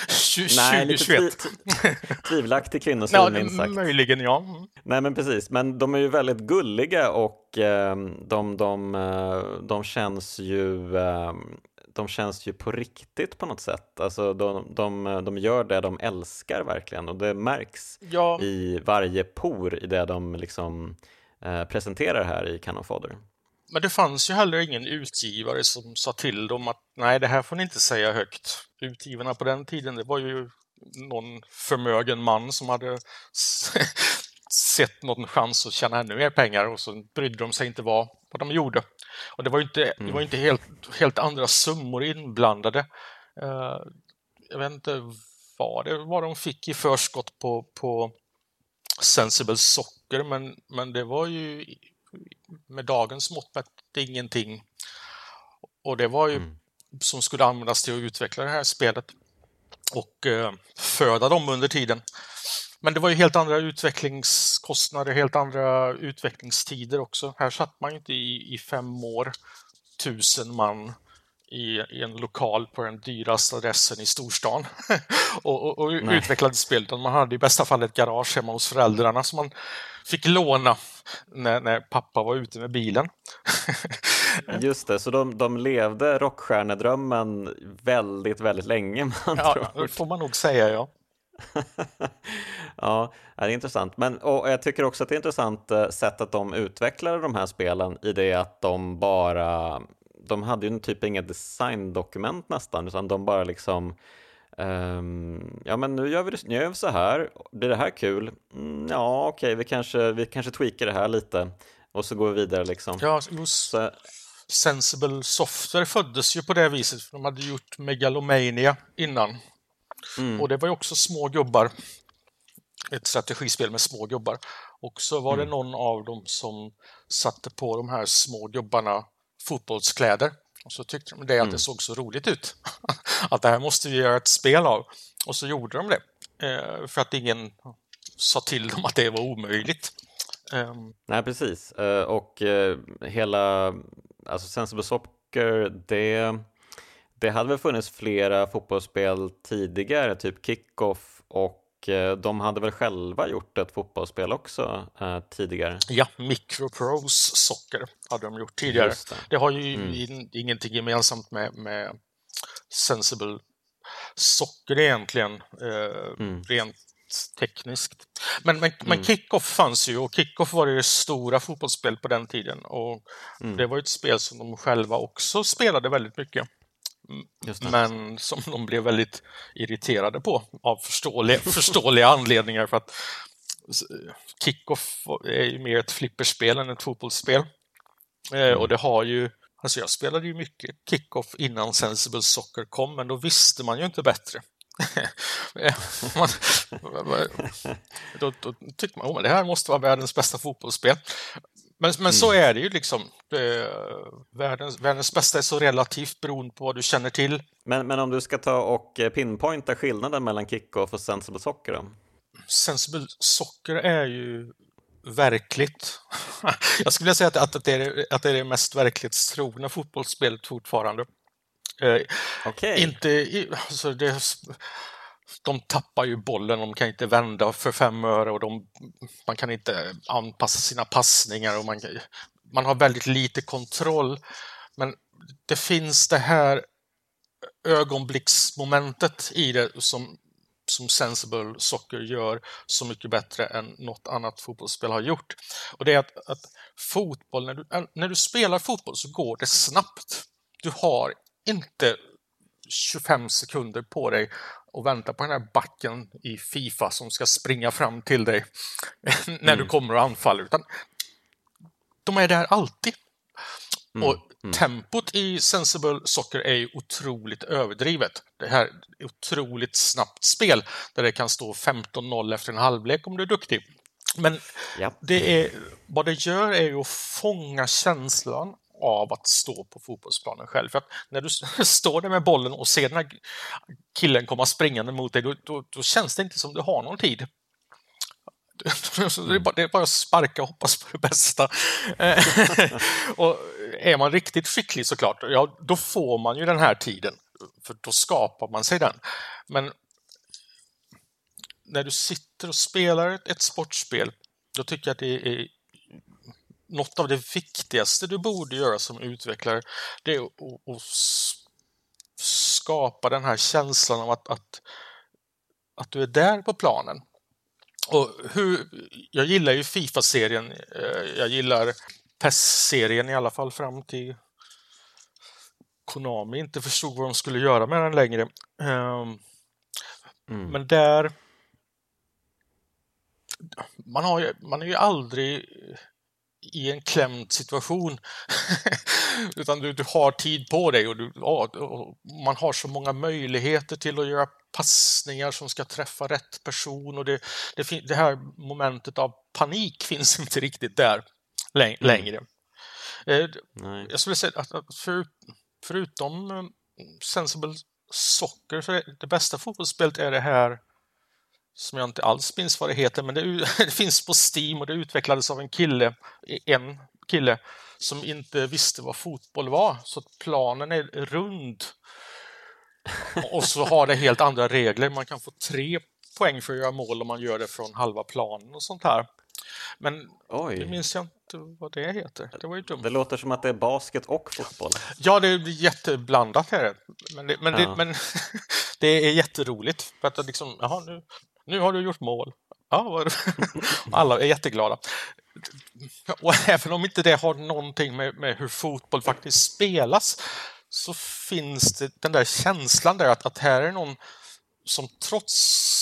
Nej, lite tvi- tvivlaktig kvinnosyn, ja, minst sagt. Möjligen, ja. Nej, men precis. Men de är ju väldigt gulliga och eh, de, de, de känns ju eh, de känns ju på riktigt på något sätt. Alltså de, de, de gör det de älskar verkligen, och det märks ja. i varje por i det de liksom eh, presenterar här i Cannon Fodder. Men det fanns ju heller ingen utgivare som sa till dem att nej, det här får ni inte säga högt. Utgivarna på den tiden, det var ju någon förmögen man som hade sett någon chans att tjäna ännu mer pengar och så brydde de sig inte vad, vad de gjorde. Och det var ju inte, mm. det var inte helt, helt andra summor inblandade. Uh, jag vet inte vad det var de fick i förskott på, på Sensible Soccer, men, men det var ju med dagens mått mätt ingenting. Och det var ju mm. som skulle användas till att utveckla det här spelet och uh, föda dem under tiden. Men det var ju helt andra utvecklingskostnader, helt andra utvecklingstider också. Här satt man ju inte i, i fem år, tusen man i, i en lokal på den dyraste adressen i storstan och, och, och utvecklade spel. Man hade i bästa fall ett garage hemma hos föräldrarna som man fick låna när, när pappa var ute med bilen. Just det, så de, de levde rockstjärnedrömmen väldigt, väldigt länge. Man ja, tror. Det får man nog säga, ja. Ja, det är intressant. Men, och jag tycker också att det är intressant sätt att de utvecklade de här spelen i det att de bara, de hade ju typ inga designdokument nästan, utan de bara liksom um, ja men nu gör vi det, nu gör vi så här, blir det här kul? Mm, ja okej, vi kanske, vi kanske tweakar det här lite och så går vi vidare liksom. Ja, just så. Sensible Software föddes ju på det viset, för de hade gjort Megalomania innan. Mm. Och det var ju också små gubbar. Ett strategispel med små gubbar. Och så var mm. det någon av dem som satte på de här små gubbarna fotbollskläder. Och så tyckte de det att mm. det såg så roligt ut. Att det här måste vi göra ett spel av. Och så gjorde de det. Eh, för att ingen sa till dem att det var omöjligt. Um. Nej, precis. Uh, och uh, hela alltså Sensible Soccer, det... Det hade väl funnits flera fotbollsspel tidigare, typ Kick-Off, och eh, de hade väl själva gjort ett fotbollsspel också eh, tidigare. Ja, Microprose Soccer hade de gjort tidigare. Det. det har ju mm. in, ingenting gemensamt med, med Sensible Soccer egentligen, eh, mm. rent tekniskt. Men, men, mm. men Kick-Off fanns ju, och Kick-Off var det stora fotbollsspel på den tiden. Och mm. det var ett spel som de själva också spelade väldigt mycket. Men som de blev väldigt irriterade på av förståeliga, förståeliga anledningar, för att Kick-Off är ju mer ett flipperspel än ett fotbollsspel. Mm. Och det har ju, alltså jag spelade ju mycket Kick-Off innan Sensible Soccer kom, men då visste man ju inte bättre. man, då, då tyckte man, oh, det här måste vara världens bästa fotbollsspel. Men, men mm. så är det ju liksom. Det, världens, världens bästa är så relativt beroende på vad du känner till. Men, men om du ska ta och pinpointa skillnaden mellan Kick-Off och Sensible Soccer då? Sensible Soccer är ju verkligt. Jag skulle vilja säga att, att, det är, att det är det mest verklighetstrogna fotbollsspelet fortfarande. Eh, okay. Inte, alltså det, de tappar ju bollen, de kan inte vända för fem öre och de, man kan inte anpassa sina passningar och man, man har väldigt lite kontroll. Men det finns det här ögonblicksmomentet i det som, som Sensible Soccer gör så mycket bättre än något annat fotbollsspel har gjort. Och det är att, att fotboll, när du, när du spelar fotboll så går det snabbt. Du har inte tjugofem sekunder på dig och vänta på den här backen i FIFA som ska springa fram till dig när mm. du kommer och anfaller, utan de är där alltid. Mm. Och mm. tempot i Sensible Soccer är ju otroligt överdrivet. Det här är otroligt snabbt spel där det kan stå femton noll efter en halvlek om du är duktig. Men ja. det är, vad det gör är ju att fånga känslan av att stå på fotbollsplanen själv. För att när du står där med bollen och ser den här killen komma springande mot dig, då, då, då känns det inte som du har någon tid. Det är bara, det är bara att sparka och hoppas på det bästa. Och är man riktigt skicklig såklart, ja, då får man ju den här tiden. För då skapar man sig den. Men när du sitter och spelar ett, ett sportspel, då tycker jag att det är något av det viktigaste du borde göra som utvecklare, det är att, att skapa den här känslan av att, att, att du är där på planen. Och hur, jag gillar ju FIFA-serien, jag gillar P E S-serien i alla fall fram till Konami inte förstod vad de skulle göra med den längre. Mm. Men där man, har ju, man är ju aldrig i en klämd situation utan du, du har tid på dig och, du, ja, och man har så många möjligheter till att göra passningar som ska träffa rätt person och det, det, det här momentet av panik finns inte riktigt där läng- mm. längre. Eh, jag skulle säga att, att för, förutom um, Sensible Soccer så är det bästa fotbollsspelet är det här som jag inte alls minns vad det heter, men det, det finns på Steam och det utvecklades av en kille, en kille som inte visste vad fotboll var, så att planen är rund och så har det helt andra regler. Man kan få tre poäng för att göra mål om man gör det från halva planen och sånt här. Men Oj. det minns jag inte vad det heter. Det var ju dumt. Det låter som att det är basket och fotboll. Ja, det är jätteblandat här. Men det, men det, ja. men det är jätteroligt. För att liksom, jaha, nu, nu har du gjort mål. Ja, vad alla är jätteglada. Och även om inte det har någonting med, med hur fotboll faktiskt spelas så finns det den där känslan där att, att här är någon som trots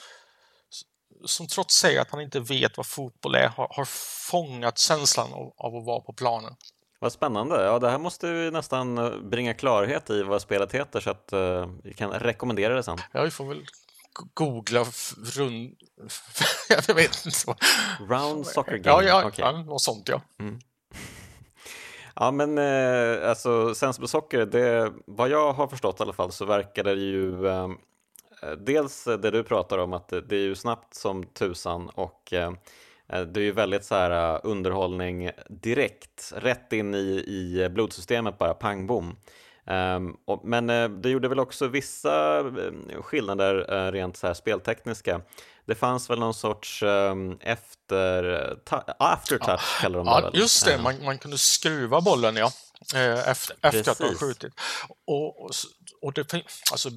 som trots säger att han inte vet vad fotboll är har, har fångat känslan av, av att vara på planen. Vad spännande. Ja, det här måste vi nästan bringa klarhet i vad spelet heter så att uh, vi kan rekommendera det sen. Ja, vi får väl googla rund... jag vet inte. Round Soccer Game. Ja, ja, okay. ja något sånt, ja. Mm. Ja, men eh, alltså Sensible Soccer, det, vad jag har förstått i alla fall så verkar det ju eh, dels det du pratar om att det är ju snabbt som tusan och eh, det är ju väldigt så här underhållning direkt, rätt in i, i blodsystemet bara, pang bom. Um, och, men uh, det gjorde väl också vissa uh, skillnader uh, rent så här speltekniska. Det fanns väl någon sorts um, efter ta- aftertouch kallar de det ja, väl? Just det, uh. man, man kunde skruva bollen ja, uh, efter, efter att ha skjutit. Och, och, och det, alltså,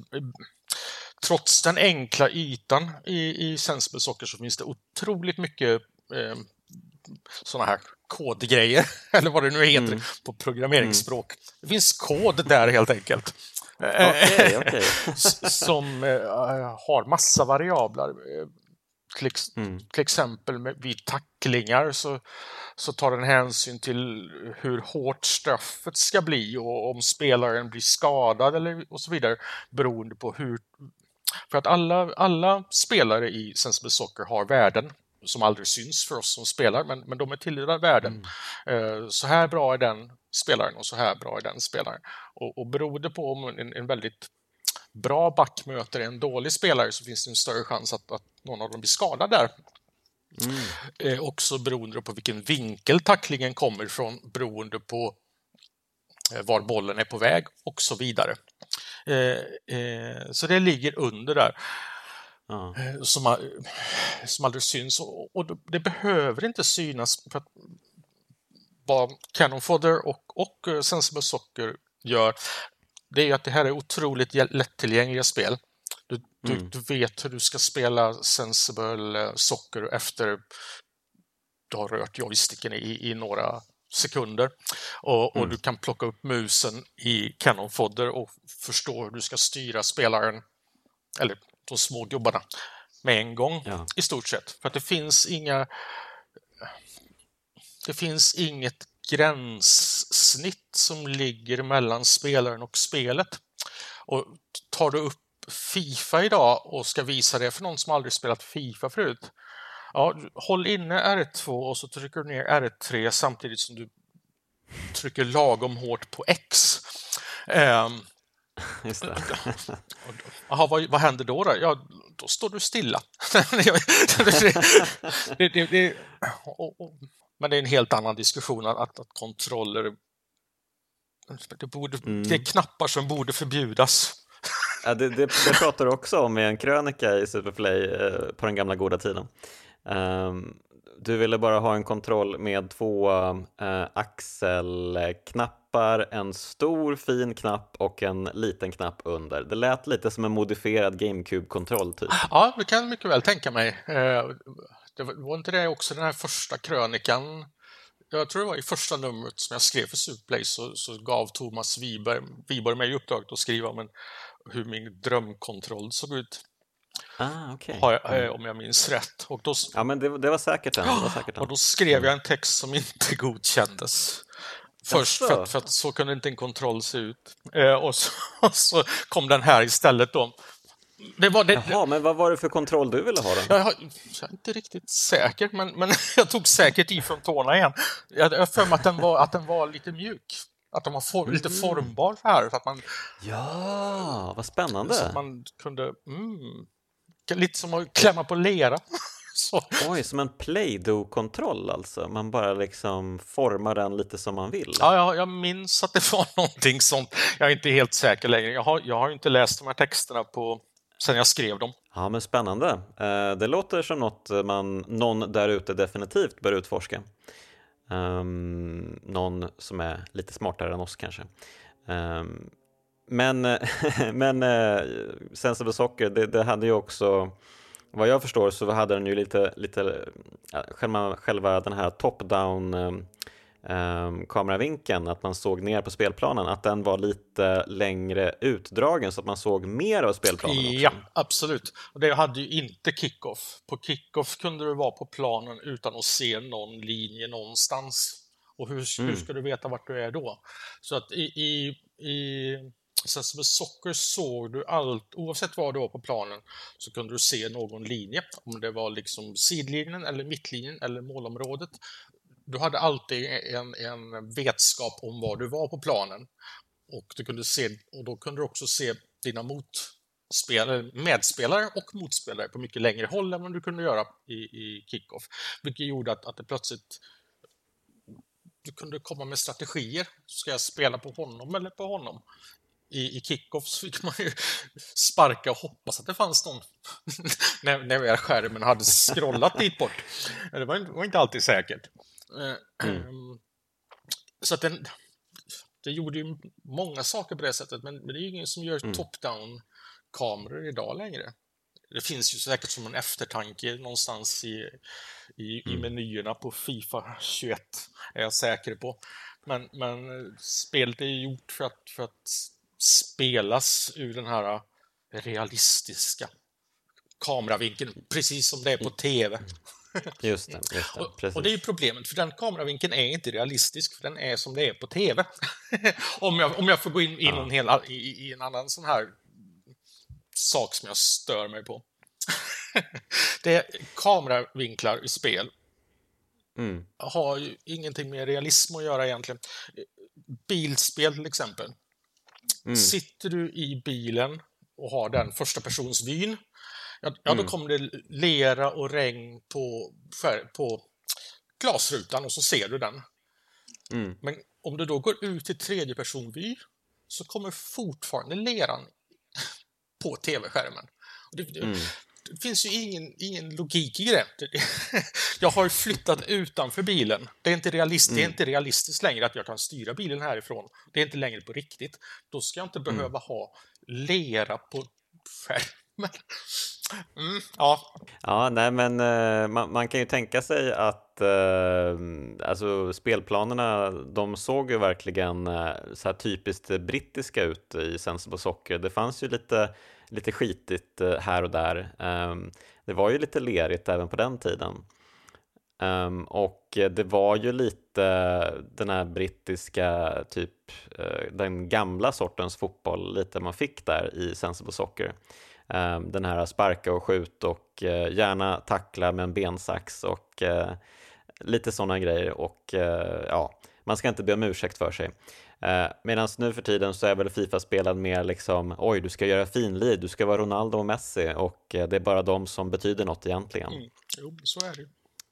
trots den enkla ytan i, i Sensible Soccer så finns det otroligt mycket uh, sådana här kodgrejer, eller vad det nu heter mm. på programmeringsspråk. Mm. Det finns kod där helt enkelt. Okay, okay. som uh, har massa variabler. Till, ex- mm. till exempel med, vid tacklingar så, så tar den hänsyn till hur hårt straffet ska bli och om spelaren blir skadad eller, och så vidare, beroende på hur... För att alla, alla spelare i Sensible Soccer har värden som aldrig syns för oss som spelar, men, men de är tilldelade värden. Mm. Så här bra är den spelaren och så här bra är den spelaren. Och, och beroende på om en, en väldigt bra back möter en dålig spelare så finns det en större chans att, att någon av dem blir skadad där. Mm. Eh, också beroende på vilken vinkel tacklingen kommer ifrån, beroende på eh, var bollen är på väg och så vidare. Eh, eh, så det ligger under där. Mm. Som, som aldrig syns och, och det behöver inte synas för att vad Cannon Fodder och, och Sensible Soccer gör det är att det här är otroligt lättillgängliga spel. Du, du, mm. du vet hur du ska spela Sensible Soccer efter du har rört joysticken i, i några sekunder och, mm. och du kan plocka upp musen i Cannon Fodder och förstå hur du ska styra spelaren eller de små gubbarna med en gång ja. I stort sett. För att det finns inga det finns inget gränssnitt som ligger mellan spelaren och spelet. Och tar du upp FIFA idag och ska visa det för någon som aldrig spelat FIFA förut. Ja, håll inne R två och så trycker du ner R tre samtidigt som du trycker lagom hårt på X. Um, Just det. Aha, vad, vad händer då då? Ja, då står du stilla. det, det, det, och, och, men det är en helt annan diskussion att, att kontroller det, borde, mm. det är knappar som borde förbjudas. Ja, det, det, det pratar du också om i en krönika i Superplay eh, på den gamla goda tiden. Um, du ville bara ha en kontroll med två eh, axelknappar, en stor fin knapp och en liten knapp under. Det lät lite som en modifierad GameCube-kontroll typ. Ja, det kan jag mycket väl tänka mig. Eh, det var, var inte det också den här första krönikan? Jag tror det var i första numret som jag skrev för Superplay så, så gav Thomas Wiberg, Wiberg mig uppdraget att skriva om en, hur min drömkontroll såg ut. Ah, okej. Har jag, mm. om jag minns rätt. Och då, ja, men det, det var säkert den. Det var säkert den. Och då skrev jag en text som inte godkändes. Först för att, för att så kunde inte en kontroll se ut. Eh, och, så, och så kom den här istället då. Det var det, Jaha, men vad var det för kontroll du ville ha då? Jag, jag, jag är inte riktigt säker, men, men jag tog säkert ifrån tårna igen. Jag har för mig att den var, att den var lite mjuk. Att den var for, mm. lite formbar här. Så att man, ja, vad spännande. Så att man kunde... Mm, lite som att klämma på lera. Så. Oj, som en Play-Doh-kontroll alltså. Man bara liksom formar den lite som man vill. Ja, jag, jag minns att det var någonting sånt. Jag är inte helt säker längre. Jag har, jag har inte läst de här texterna på, sen jag skrev dem. Ja, men spännande. Eh, det låter som något man, någon där ute definitivt bör utforska. Um, någon som är lite smartare än oss kanske. Um, men men uh, Sensible Soccer, det, det hade ju också, vad jag förstår så hade den ju lite, lite själva, själva den här top-down um, um, kameravinkeln, att man såg ner på spelplanen, att den var lite längre utdragen så att man såg mer av spelplanen också. Ja, absolut. Och det hade ju inte Kickoff. På Kickoff kunde du vara på planen utan att se någon linje någonstans. Och hur, mm. hur ska du veta vart du är då? Så att i, i, i Sensible Soccer såg du allt, oavsett var du var på planen, så kunde du se någon linje. Om det var liksom sidlinjen eller mittlinjen eller målområdet. Du hade alltid en, en vetskap om var du var på planen. Och, du kunde se, och då kunde du också se dina motspelare, medspelare och motspelare på mycket längre håll än vad du kunde göra i, i Kickoff. Vilket gjorde att, att det plötsligt du kunde komma med strategier. Ska jag spela på honom eller på honom? I, i Kickoff så fick man ju sparka och hoppas att det fanns någon när, när skärmen hade scrollat dit bort. Det var, var inte alltid säkert. Mm. Så att den, det gjorde ju många saker på det sättet, men, men det är ju ingen som gör mm. top-down-kameror idag längre. Det finns ju säkert som en eftertanke någonstans i, i, mm. i menyerna på FIFA tjugoett, är jag säker på. Men, men spelet är ju gjort för att, för att spelas ur den här realistiska kameravinkeln, precis som det är på tv. Just det, just det, och, och det är ju problemet, för den kameravinkeln är inte realistisk, för den är som det är på tv. om, jag, om jag får gå in i, någon hela, i, i en annan sån här sak som jag stör mig på. Det är kameravinklar i spel. Mm. Har ju ingenting med realism att göra egentligen. Bilspel till exempel. Mm. Sitter du i bilen och har den första persons vyn, ja, ja då kommer det lera och regn på, på glasrutan och så ser du den. Mm. Men om du då går ut till tredje person vy så kommer fortfarande leran på tv-skärmen. Det, mm. det finns ju ingen, ingen logik i det. Jag har flyttat utanför bilen. Det är, inte realist, mm. det är inte realistiskt längre att jag kan styra bilen härifrån. Det är inte längre på riktigt. Då ska jag inte behöva mm. ha lera på skärmen. Mm, ja. Ja, nej men uh, man, man kan ju tänka sig att uh, alltså spelplanerna, de såg ju verkligen uh, så här typiskt brittiska ut i Sensible Soccer. Det fanns ju lite, lite skitigt uh, här och där. Um, det var ju lite lerigt även på den tiden. Um, och det var ju lite den här brittiska typ uh, den gamla sortens fotboll lite man fick där i Sensible Soccer. Um, den här sparka och skjut och uh, gärna tackla med en bensax och uh, lite sådana grejer, och uh, ja, man ska inte be om ursäkt för sig. Uh, Medan nu för tiden så är väl FIFA spelad mer liksom, oj, du ska göra finlid, du ska vara Ronaldo och Messi, och uh, det är bara de som betyder något egentligen. Mm. Jo, så är det.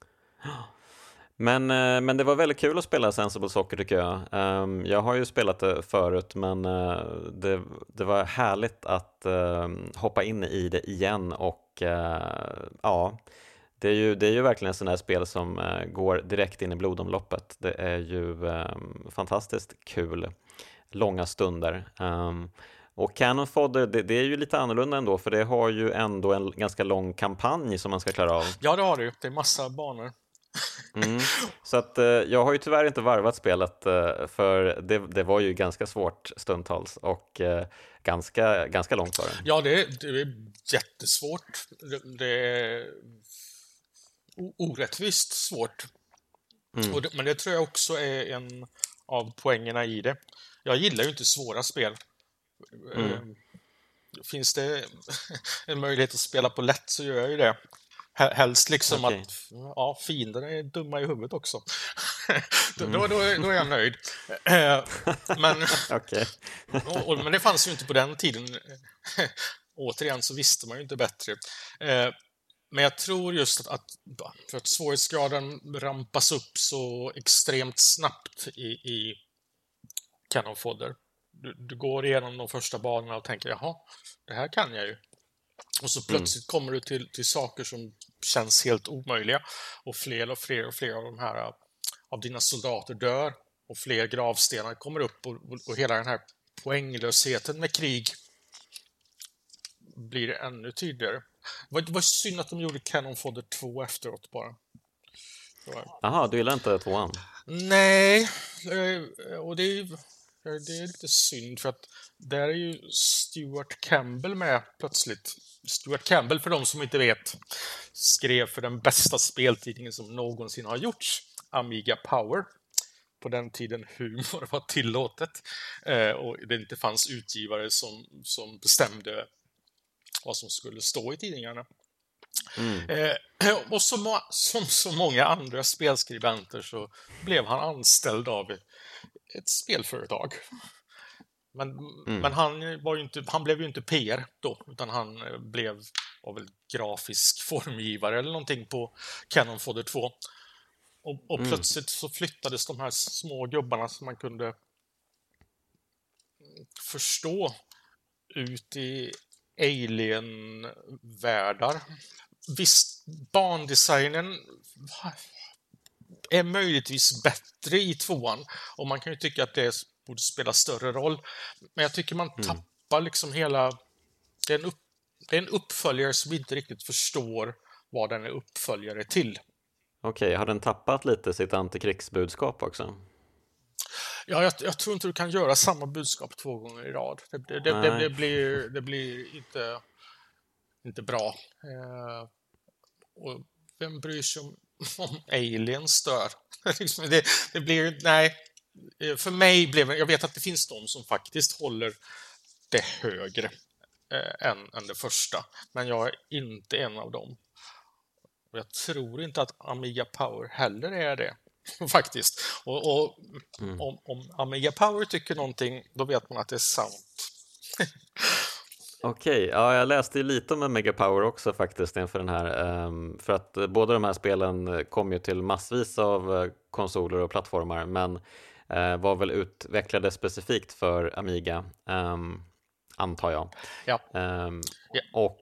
Men, men det var väldigt kul att spela Sensible Soccer tycker jag. Um, jag har ju spelat det förut, men uh, det, det var härligt att uh, hoppa in i det igen, och uh, ja, det är, ju, det är ju verkligen en sån här spel som uh, går direkt in i blodomloppet. Det är ju um, fantastiskt kul, långa stunder. Um, och Cannon Fodder, det, det är ju lite annorlunda ändå, för det har ju ändå en ganska lång kampanj som man ska klara av. Ja, det har det ju. Det är massa banor. Mm. Så att eh, jag har ju tyvärr inte varvat spelet eh, för det, det var ju ganska svårt stundtals och eh, ganska, ganska långt var det. Ja, det är, det är jättesvårt. Det, det är o- orättvist svårt. Mm. Och det, men det tror jag också är en av poängerna i det. Jag gillar ju inte svåra spel. Mm. Eh, Finns det en möjlighet att spela på lätt så gör jag ju det. Hel- Helst liksom Okej. att ja, fienderna är dumma i huvudet också. då, Mm. då, då, är, då är jag nöjd. Eh, men, Okej. och, och, men det fanns ju inte på den tiden. Återigen så visste man ju inte bättre. Eh, men jag tror just att, att för att svårighetsgraden rampas upp så extremt snabbt i, i Cannon Fodder. Du, du går igenom de första banorna och tänker, jaha, det här kan jag ju. Och så plötsligt mm. kommer du till, till saker som känns helt omöjliga. Och fler och fler och fler av de här av dina soldater dör. Och fler gravstenar kommer upp och, och, och hela den här poänglösheten med krig blir ännu tydligare. Det var synd att de gjorde Cannon Fodder två efteråt bara. Jaha, du gillar inte tvåan? Nej, och det är, det är lite synd för att där är ju Stuart Campbell med plötsligt. Stuart Campbell, för de som inte vet, skrev för den bästa speltidningen som någonsin har gjorts, Amiga Power. På den tiden humor var tillåtet och det inte fanns utgivare som, som bestämde vad som skulle stå i tidningarna. Mm. Eh, och som, som så många andra spelskribenter så blev han anställd av ett, ett spelföretag. Men, mm. men han, var ju inte, han blev ju inte P R då, utan han blev var väl grafisk formgivare eller någonting på Cannon Fodder två. Och, och mm. plötsligt så flyttades de här små gubbarna som man kunde förstå ut i alien-världar. Visst, bandesignen är möjligtvis bättre i tvåan och man kan ju tycka att det borde spela större roll. Men jag tycker man mm. tappar liksom hela... Det är, en upp... det är en uppföljare som inte riktigt förstår vad den är uppföljare till. Okej, okay, har den tappat lite sitt antikrigsbudskap också? Ja, jag, jag tror inte du kan göra samma budskap två gånger i rad. Det, det, det, det, det, blir, det blir inte, inte bra. Eh, och vem bryr sig om, om aliens dör? det, det blir, nej. För mig blev jag vet att det finns de som faktiskt håller det högre eh, än, än det första. Men jag är inte en av dem. Och jag tror inte att Amiga Power heller är det. Faktiskt. Och, och mm. om, om Amiga Power tycker någonting, då vet man att det är sant. Okej, okay, ja, jag läste ju lite om Amiga Power också faktiskt inför den här. Um, för att båda de här spelen kom ju till massvis av uh, konsoler och plattformar, men uh, var väl utvecklade specifikt för Amiga, um, antar jag. Ja. Um, ja. Och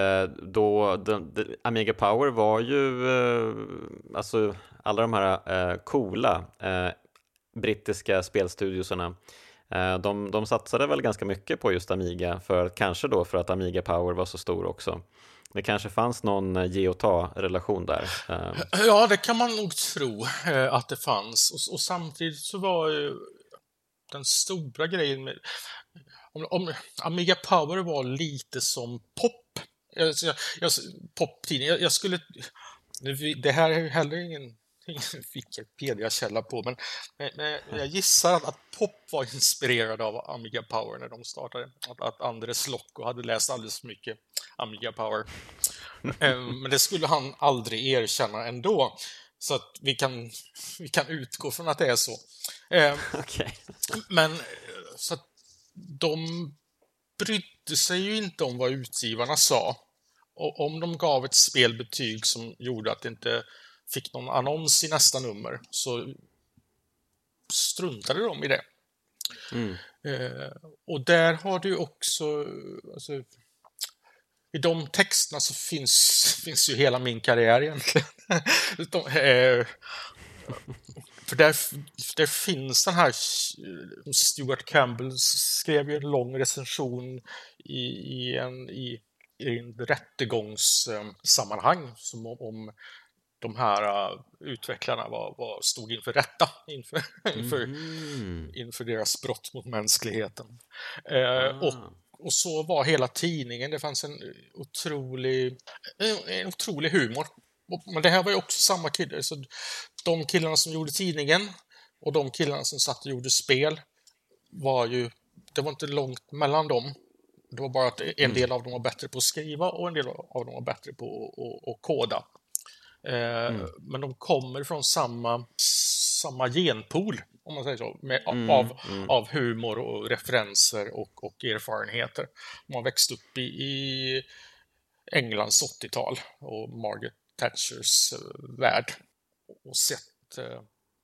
då, de, de, Amiga Power var ju eh, alltså alla de här eh, coola eh, brittiska spelstudiosarna, eh, de, de satsade väl ganska mycket på just Amiga, för kanske då för att Amiga Power var så stor också. Det kanske fanns någon ge och ta-relation där. Eh. Ja, det kan man nog tro eh, att det fanns. Och, och samtidigt så var ju den stora grejen med om, om Amiga Power var lite som pop. Jag, jag, pop-tidning. Jag, jag skulle... Det här är ju heller ingen, ingen Wikipedia-källa på, men, men jag gissar att, att pop var inspirerad av Amiga Power när de startade. Att, att Andres Lokko hade läst alldeles för mycket Amiga Power. Men det skulle han aldrig erkänna ändå. Så att vi kan, vi kan utgå från att det är så. Okay. Men så att de brydde sig ju inte om vad utgivarna sa. Och om de gav ett spelbetyg som gjorde att det inte fick någon annons i nästa nummer, så struntade de i det. Mm. Eh, och där har du också... Alltså, i de texterna så finns, finns ju hela min karriär egentligen. de, eh, för där, där finns den här... Stuart Campbell skrev ju en lång recension i, i en... I, i en rättegångssammanhang som om, om de här uh, utvecklarna var, var, stod inför rätta inför, inför, Mm. inför deras brott mot mänskligheten. Uh, Ah. och, och så var hela tidningen. Det fanns en otrolig, en otrolig humor. Men det här var ju också samma killar. Så de killarna som gjorde tidningen och de killarna som satt och gjorde spel var ju, det var inte långt mellan dem. Det var bara att en del av dem var bättre på att skriva och en del av dem var bättre på att, att, att koda. Eh, mm. Men de kommer från samma, samma genpool, om man säger så, med, mm, av, mm. av humor och referenser och, och erfarenheter. De har växt upp i, i Englands åttiotal och Margaret Thatchers uh, värld och sett, uh,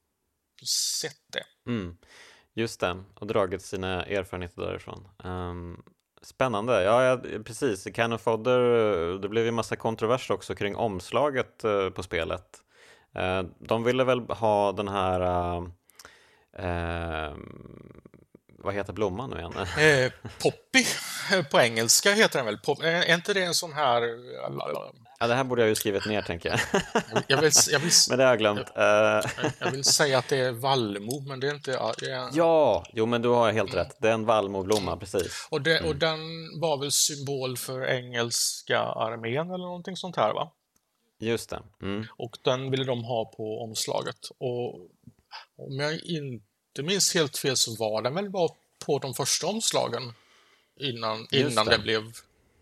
sett det. Mm. Just det, och dragit sina erfarenheter därifrån. Um, spännande. Ja, ja, precis. Cannon Fodder, det blev ju massa kontrovers också kring omslaget uh, på spelet. Uh, de ville väl ha den här... Uh, uh, vad heter blomman nu igen? Eh, Poppy på engelska heter den väl. Pop- är inte det en sån här... Ja, det här borde jag ju skrivit ner, tänker jag. jag, vill, jag vill, men det har jag glömt. Jag, jag vill säga att det är vallmo, men det är inte... Jag... Ja, jo, men du har helt rätt. Det är en vallmoblomma, precis. Och, det, och den var väl symbol för engelska armén eller någonting sånt här, va? Just det. Mm. Och den ville de ha på omslaget. Och om jag inte minns helt fel så var den väl bara på de första omslagen innan, innan det. det blev...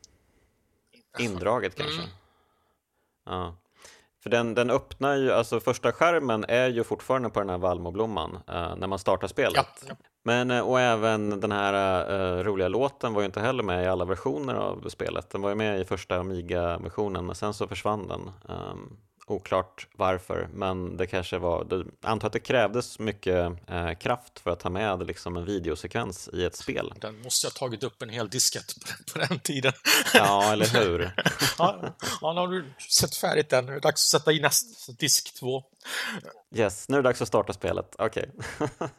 Indraget kanske. Mm. Ja. För den, den öppnar ju, alltså första skärmen är ju fortfarande på den här vallmoblomman uh, när man startar spelet. Ja, ja. Men, och även den här uh, roliga låten var ju inte heller med i alla versioner av spelet. Den var ju med i första Amiga-versionen, men sen så försvann den. Um, oklart varför, men det kanske var... Det, antar att det krävdes mycket eh, kraft för att ta med liksom en videosekvens i ett spel. Den måste jag ha tagit upp en hel diskett på den, på den tiden. Ja, eller hur? ja, ja, nu har du sett färdigt den. Det är dags att sätta i nästa disk två. Yes, nu är det dags att starta spelet. Okej. Okay.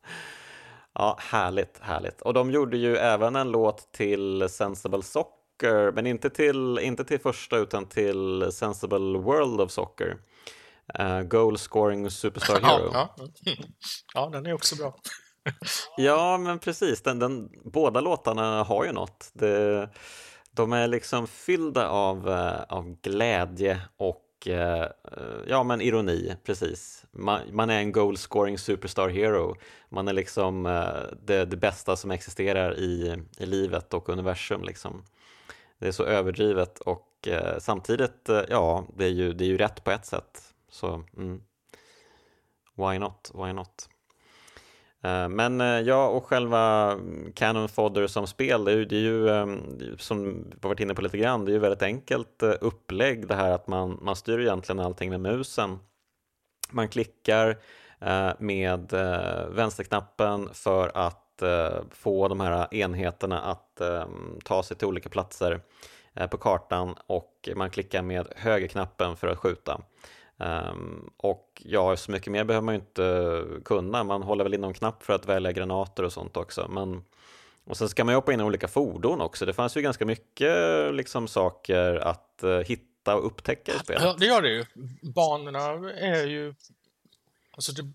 Ja, härligt, härligt. Och de gjorde ju även en låt till Sensible Soccer, men inte till, inte till första utan till Sensible World of Soccer. Uh, Goal Scoring Superstar Hero. Ja, ja. ja, den är också bra. Ja, men precis. Den, den, båda låtarna har ju något. Det, de är liksom fyllda av, uh, av glädje och uh, ja, men ironi, precis. Man, man är en Goal Scoring Superstar Hero. Man är liksom uh, det, det bästa som existerar i, i livet och universum liksom. Det är så överdrivet och eh, samtidigt, eh, ja, det är, ju, det är ju rätt på ett sätt. Så, mm. why not, why not? Eh, men eh, ja, och själva Cannon Fodder som spel, det är ju, det är ju eh, som vi har varit inne på lite grann, det är ju väldigt enkelt eh, upplägg det här att man, man styr egentligen allting med musen. Man klickar eh, med eh, vänsterknappen för att få de här enheterna att um, ta sig till olika platser uh, på kartan, och man klickar med högerknappen för att skjuta. Um, och ja, så mycket mer behöver man ju inte kunna. Man håller väl in någon knapp för att välja granater och sånt också. Men, och sen ska man ju hoppa in i olika fordon också. Det fanns ju ganska mycket liksom, saker att uh, hitta och upptäcka i spelet. Ja, det gör det ju. Banorna är ju... Alltså det...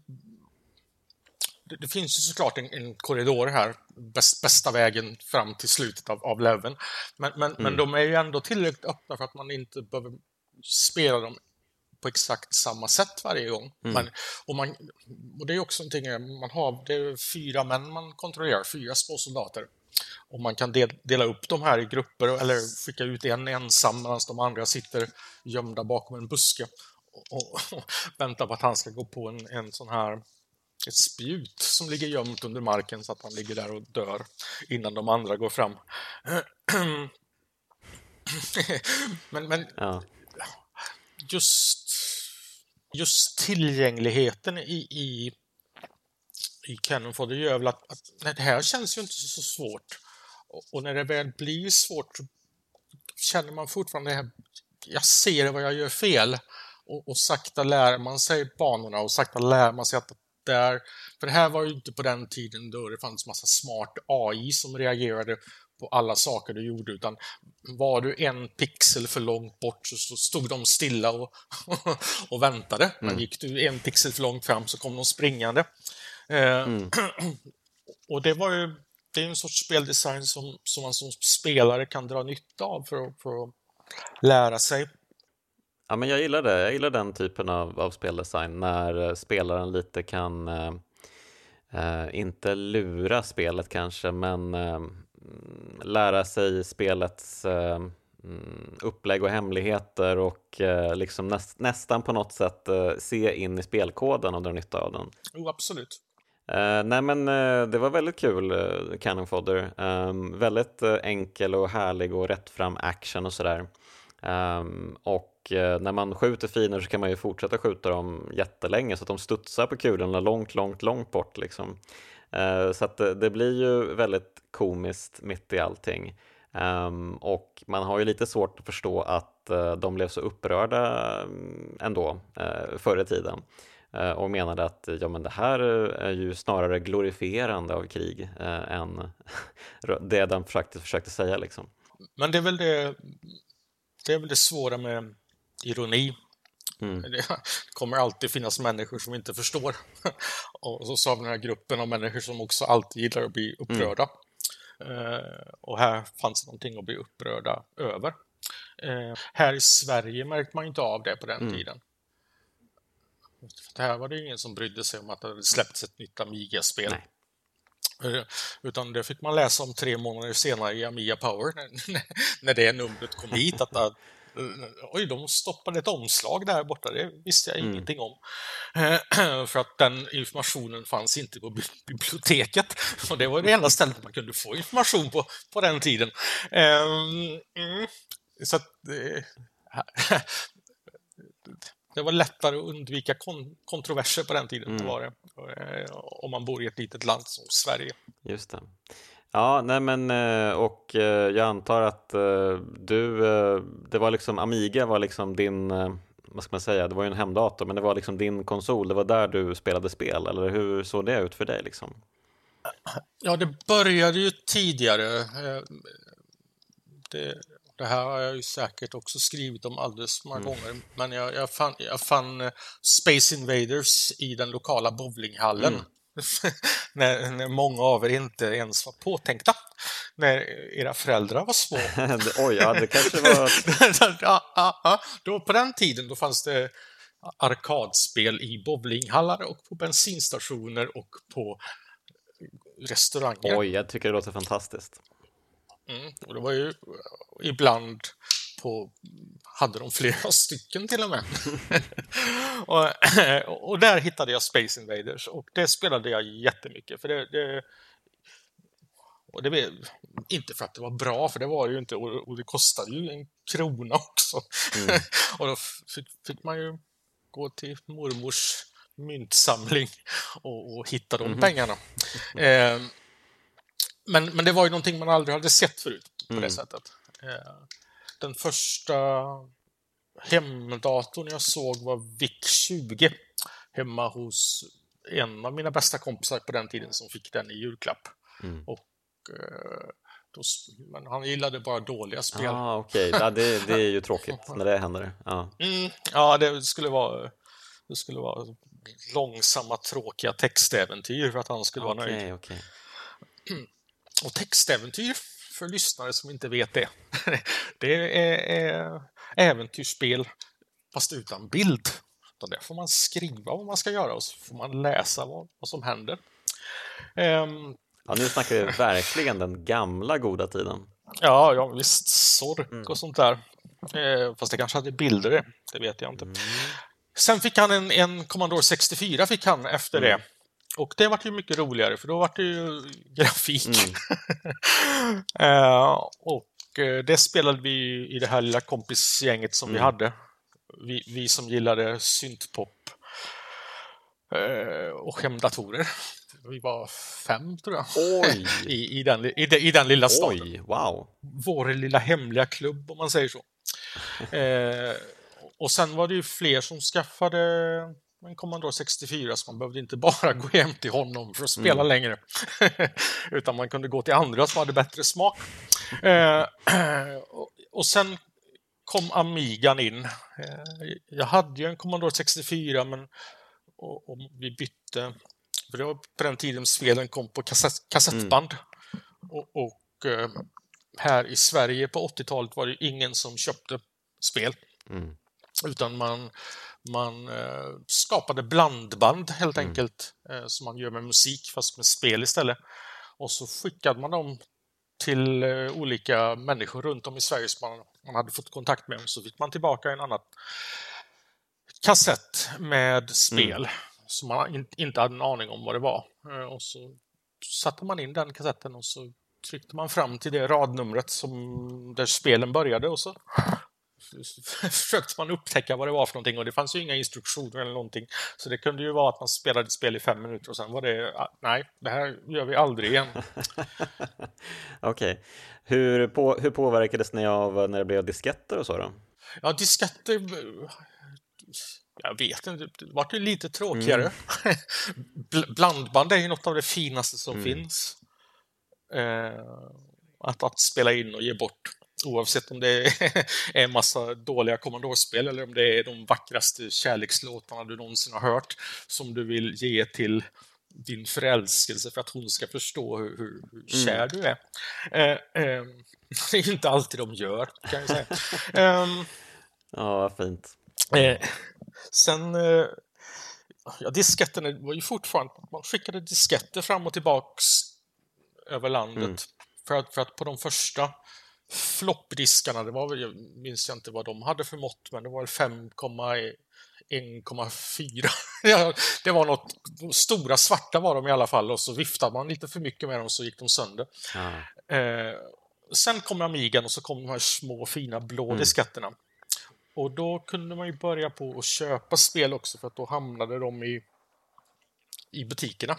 Det, det finns ju såklart en, en korridor här, bäst, bästa vägen fram till slutet av, av leveln. Men, men, mm. men de är ju ändå tillräckligt öppna för att man inte behöver spela dem på exakt samma sätt varje gång. Mm. Men, och, man, och det är också någonting, man har, det är fyra män man kontrollerar, fyra små soldater. Och man kan del, dela upp dem här i grupper eller skicka ut en ensam medan de andra sitter gömda bakom en buske och, och, och väntar på att han ska gå på en, en sån här ett spjut som ligger gömt under marken så att han ligger där och dör innan de andra går fram. men men ja. just just tillgängligheten i i, i Cannon Fodder gör väl att, att nej, det här känns ju inte så svårt. Och, och när det väl blir svårt så känner man fortfarande det här, jag ser vad jag gör fel. Och, och sakta lär man sig banorna och sakta lär man sig att där, för det här var ju inte på den tiden då det fanns massa smart A I som reagerade på alla saker du gjorde, utan var du en pixel för långt bort så stod de stilla och, och väntade. Men Mm. gick du en pixel för långt fram så kom de springande. Eh, Mm. och det var ju det är en sorts speldesign som, som man som spelare kan dra nytta av för, för att lära sig. Ja, men jag gillar det. Jag gillar den typen av, av speldesign när eh, spelaren lite kan eh, eh, inte lura spelet kanske, men eh, lära sig spelets eh, upplägg och hemligheter och eh, liksom näst, nästan på något sätt eh, se in i spelkoden och dra nytta av den. Jo, absolut. Uh, nej men uh, det var väldigt kul, uh, Cannon Fodder. Um, väldigt uh, enkel och härlig och rättfram action och sådär. Um, och uh, när man skjuter fiender så kan man ju fortsätta skjuta dem jättelänge så att de studsar på kulorna långt, långt, långt bort liksom. Uh, så att uh, det blir ju väldigt komiskt mitt i allting. Um, och man har ju lite svårt att förstå att uh, de blev så upprörda um, ändå uh, förr i tiden. Och menade att ja, men det här är ju snarare glorifierande av krig eh, än det de försökte, försökte säga. Liksom. Men det är väl det, det, är väl det svåra med ironi. Mm. Det kommer alltid finnas människor som inte förstår. Och så har vi den här gruppen av människor som också alltid gillar att bli upprörda. Mm. Eh, och här fanns det någonting att bli upprörda över. Eh, här i Sverige märkte man inte av det på den mm. tiden. Det här var det ingen som brydde sig om att det hade släppts ett nytt Amiga-spel. Nej. Utan det fick man läsa om tre månader senare i Amiga Power när, när det numret kom hit. Att, att, oj, de stoppade ett omslag där borta. Det visste jag mm. ingenting om. För att den informationen fanns inte på biblioteket. Och det var det enda stället man kunde få information på på den tiden. Mm. Så att... Det var lättare att undvika kon- kontroverser på den tiden, mm. var det, om man bor i ett litet land som Sverige. Just det. Ja, nej men, och jag antar att du, det var liksom, Amiga var liksom din, vad ska man säga, det var ju en hemdator, men det var liksom din konsol, det var där du spelade spel, eller hur såg det ut för dig liksom? Ja, det började ju tidigare. Det... Det här har jag ju säkert också skrivit om alldeles många mm. gånger. Men jag, jag, fann, jag fann Space Invaders i den lokala bowlinghallen. Mm. när, när många av er inte ens var påtänkta. När era föräldrar var små. Oj, ja, det kanske var... ja, ja, ja. Då, på den tiden då fanns det arkadspel i bowlinghallar och på bensinstationer och på restauranger. Oj, jag tycker det låter fantastiskt. Mm, och det var ju ibland på hade de flera stycken till och med. och, och där hittade jag Space Invaders och det spelade jag jättemycket för det, det och det var inte för att det var bra, för det var ju inte, och, och det kostade ju en krona också. Mm. Och då fick, fick man ju gå till mormors myntsamling och, och hitta de mm. pengarna. Eh, Men, men det var ju någonting man aldrig hade sett förut på mm. det sättet. Den första hemdatorn jag såg var V I C tjugo hemma hos en av mina bästa kompisar på den tiden som fick den i julklapp. Mm. Och då, men han gillade bara dåliga spel. Ah, okej. Okay. Ja, det, det är ju tråkigt när det händer. Ja, mm, ja det skulle vara det skulle vara långsamma, tråkiga textäventyr för att han skulle okay, vara nöjd. Okay. Och textäventyr, för lyssnare som inte vet det, det är, är äventyrsspel fast utan bild. Så där får man skriva vad man ska göra och så får man läsa vad, vad som händer. Um, ja, nu snackar vi verkligen den gamla goda tiden. Ja, ja visst, sork mm. och sånt där. Eh, fast det kanske hade bilder, det, det vet jag inte. Mm. Sen fick han en, en Commodore sextiofyra fick han efter mm. det. Och det var ju mycket roligare, för då var det ju grafik. Mm. uh, och uh, det spelade vi i det här lilla kompisgänget som mm. vi hade. Vi, vi som gillade syntpop uh, och hemdatorer. Vi var fem, tror jag. Oj. I, i, den, i, de, I den lilla staden. Oj, wow. Vår lilla hemliga klubb, om man säger så. uh, och sen var det ju fler som skaffade... en Commodore sextiofyra, så man behövde inte bara gå hem till honom för att spela mm. längre. Utan man kunde gå till andra som hade bättre smak. Eh, och, och sen kom Amigan in. Eh, jag hade ju en Commodore sextiofyra, men och, och vi bytte. För det var på den tiden spelen kom på kassett, kassettband. Mm. Och, och eh, här i Sverige på åttiotalet var det ingen som köpte spel. Mm. Utan man, man eh, skapade blandband helt mm. enkelt. Eh, som man gör med musik fast med spel istället. Och så skickade man dem till eh, olika människor runt om i Sverige som man, man hade fått kontakt med. Så fick man tillbaka en annan kassett med spel. Mm. Som man in, inte hade en aning om vad det var. Eh, och så satte man in den kassetten och så tryckte man fram till det radnumret som där spelen började, och så försökte man upptäcka vad det var för någonting, och det fanns ju inga instruktioner eller någonting, så det kunde ju vara att man spelade ett spel i fem minuter och sen var det, nej, det här gör vi aldrig igen. Okej. Okay. Hur, på, hur påverkades ni av när det blev disketter och så då? Ja, disketter, jag vet inte, det var ju lite tråkigare. Mm. Blandband är ju något av det finaste som mm. finns. Eh, att, att spela in och ge bort, oavsett om det är en massa dåliga Commodore-spel eller om det är de vackraste kärlekslåtarna du någonsin har hört som du vill ge till din förälskelse för att hon ska förstå hur, hur, hur kär mm. du är. Eh, eh, det är ju inte alltid de gör, kan jag säga. eh, ja, vad fint. Eh, sen eh, ja, disketterna var ju fortfarande, man skickade disketter fram och tillbaks över landet. Mm. För, att, för att på de första floppdiskarna, det var väl, jag minns jag inte vad de hade för mått, men det var fem komma en komma fyra. Det var något, stora svarta var de i alla fall, och så viftade man lite för mycket med dem så gick de sönder. Mm. Eh, sen kom Amigan och så kom de här små fina blå mm. disketterna. Och då kunde man ju börja på att köpa spel också, för att då hamnade de i, i butikerna.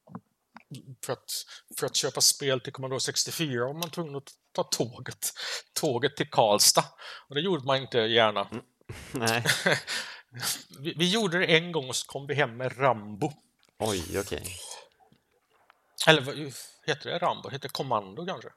För att, för att köpa spel till Commodore sextiofyra var man tvungen att ta tåget. Tåget till Karlstad. Och det gjorde man inte gärna. Mm. Nej. vi, vi gjorde det en gång och så kom vi hem med Rambo. Oj, okej. Okay. Eller vad heter det? Rambo? Heter det Kommando kanske?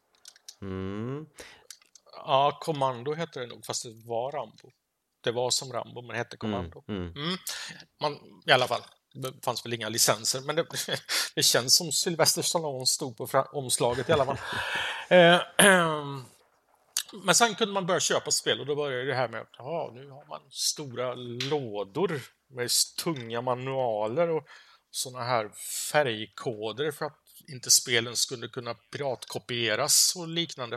Mm. Ja, Kommando heter det nog, fast det var Rambo. Det var som Rambo, men det hette Kommando. Mm. Mm. Mm. Man, i alla fall. Det fanns väl inga licenser, men det, det känns som Sylvester Stallone stod på fra, omslaget i alla fall. eh, eh, men sen kunde man börja köpa spel, och då började det här med att ja, nu har man stora lådor med tunga manualer och såna här färgkoder för att inte spelen skulle kunna piratkopieras och liknande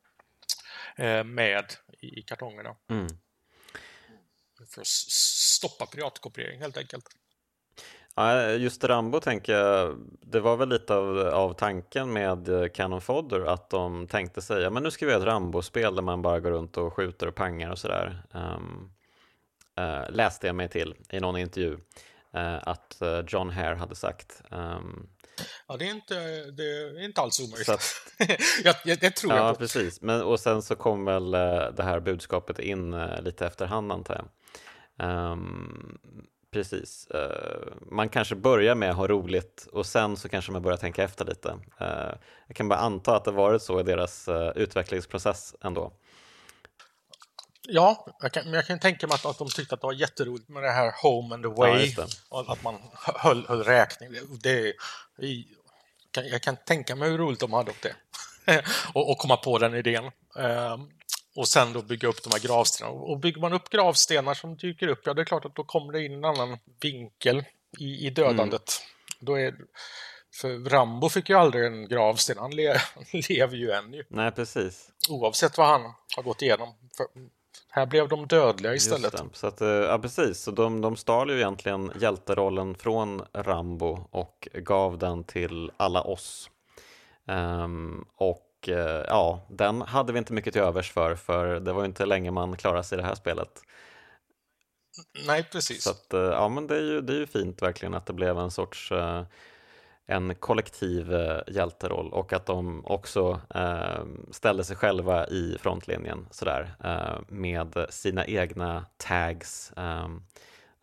eh, med i, i kartongerna. Mm. För att stoppa piratkopiering helt enkelt. Ja, just Rambo tänker jag, det var väl lite av, av tanken med Cannon Fodder att de tänkte säga, men nu ska vi ha ett Rambo-spel där man bara går runt och skjuter och pangar och sådär. Um, uh, läste jag mig till i någon intervju uh, att uh, John Hare hade sagt. Um, ja, det är inte, det är inte alls omöjligt. Att, jag, jag, det tror jag ja, på. Precis. Men, och sen så kom väl uh, det här budskapet in uh, lite efterhand, antar jag. Um, Precis. Uh, man kanske börjar med att ha roligt och sen så kanske man börjar tänka efter lite. Uh, jag kan bara anta att det varit så i deras uh, utvecklingsprocess ändå. Ja, jag kan, men jag kan tänka mig att, att de tyckte att det var jätteroligt med det här Home and Away. Ja, och att man höll, höll räkning. Det, det, jag kan tänka mig hur roligt de hade åt det. och, och komma på den idén. Uh, Och sen då bygga upp de här gravstenarna. Och bygger man upp gravstenar som dyker upp, ja, det är klart att då kommer det in en annan vinkel i, i dödandet. Mm. Då är, för Rambo fick ju aldrig en gravsten, han, le, han lever ju än ju. Nej, precis. Oavsett vad han har gått igenom. För här blev de dödliga istället. Så att, ja, precis. Så de, de stal ju egentligen hjälterollen från Rambo och gav den till alla oss. Um, och Och ja, den hade vi inte mycket till övers för, för det var ju inte länge man klarade sig i det här spelet. Nej, precis. Så att, ja, men det är ju, det är ju fint verkligen att det blev en sorts en kollektiv hjälteroll och att de också eh, ställde sig själva i frontlinjen sådär, eh, med sina egna tags. Eh,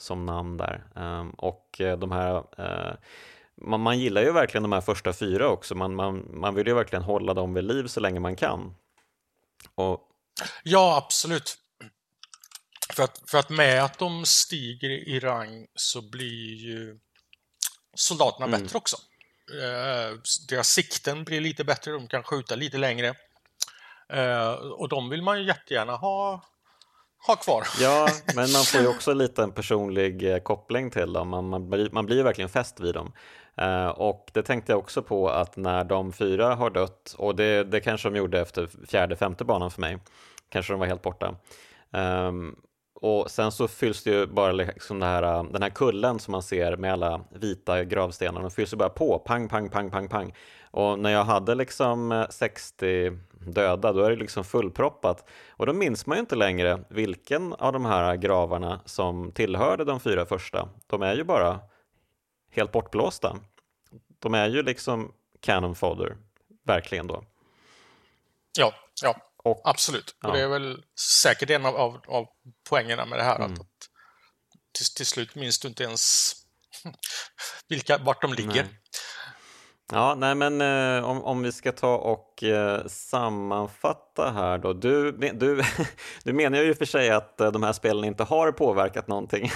som namn där. Um, och uh, de här uh, man, man gillar ju verkligen de här första fyra också. Man, man, man vill ju verkligen hålla dem vid liv så länge man kan. Och... Ja, absolut. För att, för att med att de stiger i rang så blir ju soldaterna mm. bättre också. Eh, deras sikten blir lite bättre, de kan skjuta lite längre. Eh, och de vill man ju jättegärna ha, ha kvar. Ja, men man får ju också lite en personlig eh, koppling till dem. Man, man, blir, man blir ju verkligen fäst vid dem. Eh, och det tänkte jag också på att när de fyra har dött, och det, det kanske de gjorde efter fjärde, femte banan för mig, kanske de var helt borta. Um, och sen så fylls det ju bara liksom det här, den här kullen som man ser med alla vita gravstenar, de fylls ju bara på, pang, pang, pang, pang, pang. Och när jag hade liksom sextio döda, då är det liksom fullproppat. Och då minns man ju inte längre vilken av de här gravarna som tillhörde de fyra första. De är ju bara helt bortblåsta. De är ju liksom cannon fodder, verkligen då. Ja, ja. Och, absolut. ja. Och det är väl säkert en av, av, av poängerna med det här. Mm. Att, att till, till slut minns du inte ens vilka, vart de ligger. Nej. Ja, nej men eh, om, om vi ska ta och eh, sammanfatta här då. Du, du, du menar ju för sig att eh, de här spelen inte har påverkat någonting.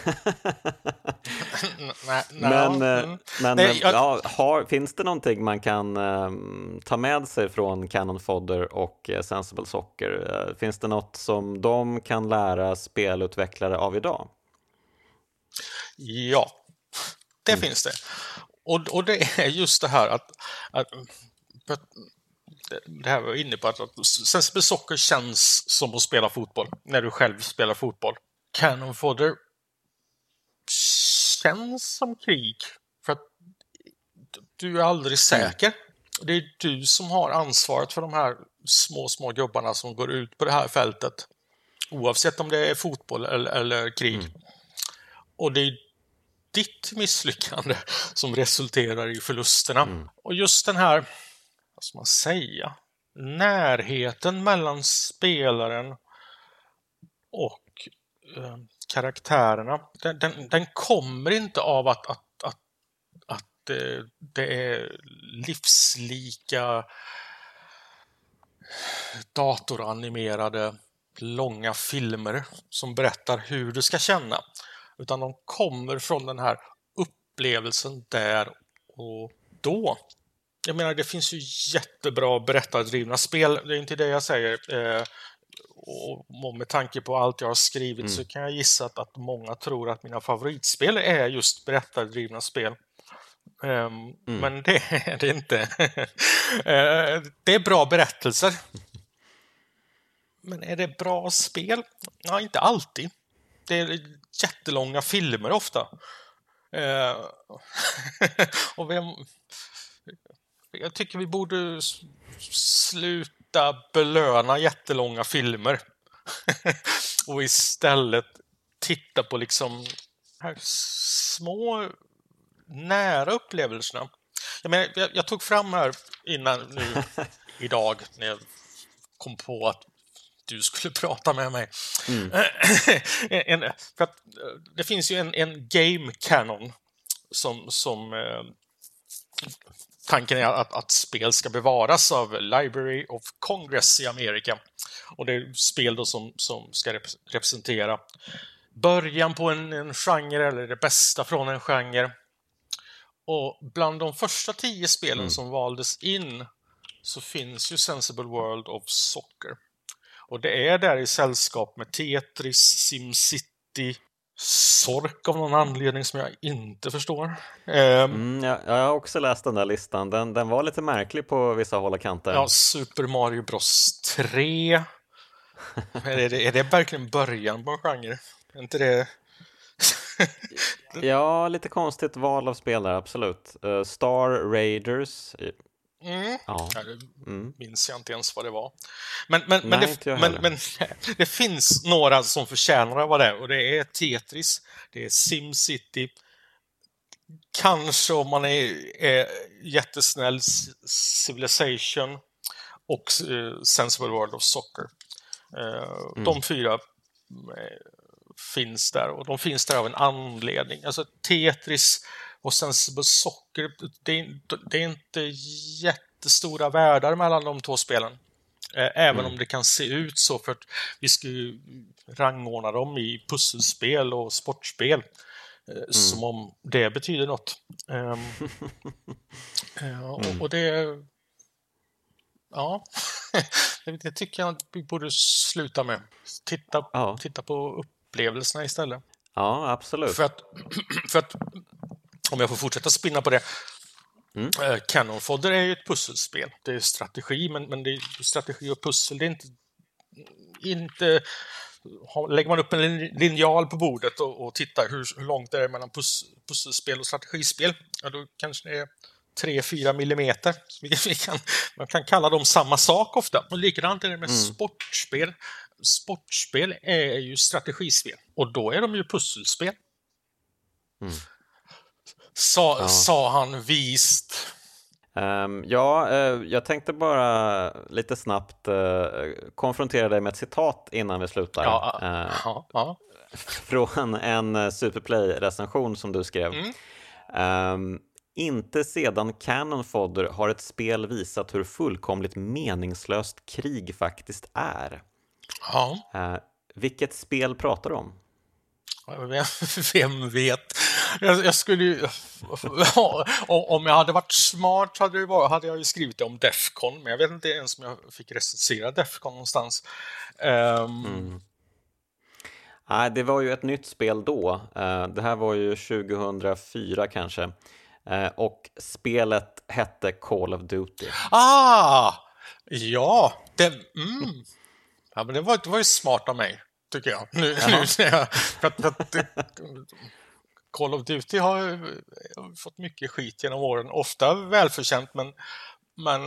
nej, men no, eh, men nej, jag... ja, har, finns det någonting man kan eh, ta med sig från Cannon Fodder och eh, Sensible Soccer? Eh, finns det något som de kan lära spelutvecklare av idag? Ja, det mm. finns det. Och, och det är just det här att, att, att det här var jag inne på att, att Sensible Soccer känns som att spela fotboll när du själv spelar fotboll. Cannon Fodder känns som krig för att du är aldrig säker. Det är du som har ansvaret för de här små, små gubbarna som går ut på det här fältet. Oavsett om det är fotboll eller, eller krig. Mm. Och det är ditt misslyckande som resulterar i förlusterna. Mm. Och just den här, vad ska man säga, närheten mellan spelaren och eh, karaktärerna, den, den, den kommer inte av att, att, att, att eh, det är livslika datoranimerade långa filmer som berättar hur du ska känna. Utan de kommer från den här upplevelsen där och då. Jag menar, det finns ju jättebra berättardrivna spel. Det är inte det jag säger. Eh, och med tanke på allt jag har skrivit mm. så kan jag gissa att, att många tror att mina favoritspel är just berättardrivna spel. Um, mm. Men det är det inte. uh, det är bra berättelser. Men är det bra spel? Ja, inte alltid. Det är jättelånga filmer ofta. Uh, och vem... Jag tycker vi borde sluta belöna jättelånga filmer. Och istället titta på liksom här små nära upplevelserna. Jag, menar, jag, jag tog fram här innan nu idag när jag kom på att du skulle prata med mig. Mm. en, för att det finns ju en, en game canon som, som eh, tanken är att, att spel ska bevaras av Library of Congress i Amerika. Och det är spel då som, som ska rep- representera början på en, en genre eller det bästa från en genre. Och bland de första tio spelen mm. som valdes in så finns ju Sensible World of Soccer. Och det är där i sällskap med Tetris, SimCity, Sork av någon anledning som jag inte förstår. Um, mm, jag, jag har också läst den där listan. Den, den var lite märklig på vissa håll och kanter. Ja, Super Mario Bros tre. är, det, är det verkligen början på en genre? Är inte det... Ja, lite konstigt val av spelare, absolut. Uh, Star Raiders. Mm. Ja. Ja, det mm. minns jag inte ens vad det var. Men, men, men, Nej, det, men, men det finns några som förtjänar att vara det. Och det är Tetris, det är SimCity. Kanske om man är, är jättesnäll Civilization och uh, Sensible World of Soccer. Uh, mm. De fyra uh, finns där, och de finns där av en anledning. Alltså Tetris och Sensible Soccer, det är, det är inte jättestora världar mellan de två spelen. Även mm. om det kan se ut så, för att vi ska ju rangordna dem i pusselspel och sportspel. Mm. Som om det betyder något. Um, uh, och, och det... Ja, det tycker jag att vi borde sluta med. Titta, ja. titta på upplevelserna istället. Ja, absolut. För att, för att om jag får fortsätta spinna på det. Mm. Cannon Fodder är ju ett pusselspel. Det är strategi, men, men det är strategi och pussel. Det är inte... inte lägger man upp en linjal på bordet och, och tittar hur, hur långt det är mellan pus, pusselspel och strategispel, ja, då kanske det är tre fyra millimeter. Vi, vi kan, man kan kalla dem samma sak ofta. Och likadant är det med mm. sportspel. Sportspel är ju strategispel. Och då är de ju pusselspel. Mm. Sa, ja. sa han vist. Um, ja, uh, jag tänkte bara lite snabbt uh, konfrontera dig med ett citat innan vi slutar. Ja, uh, ja, ja. Från en Superplay-recension som du skrev. Mm. Um, inte sedan Cannon Fodder har ett spel visat hur fullkomligt meningslöst krig faktiskt är. Ja. Uh, vilket spel pratar du om? Vem, vem vet? Jag, jag skulle ju, om jag hade varit smart hade, det varit, hade jag ju skrivit det om Defcon, men jag vet inte ens om jag fick recensera Defcon någonstans. Um... Mm. Nej, det var ju ett nytt spel då. Det här var ju tjugohundrafyra kanske. Och spelet hette Call of Duty. Ah! Ja, det, mm. ja men det var, det var ju smart av mig, tycker jag. Nu, nu jag för att, för att det, Call of Duty har fått mycket skit genom åren. Ofta välförtjänt, men, men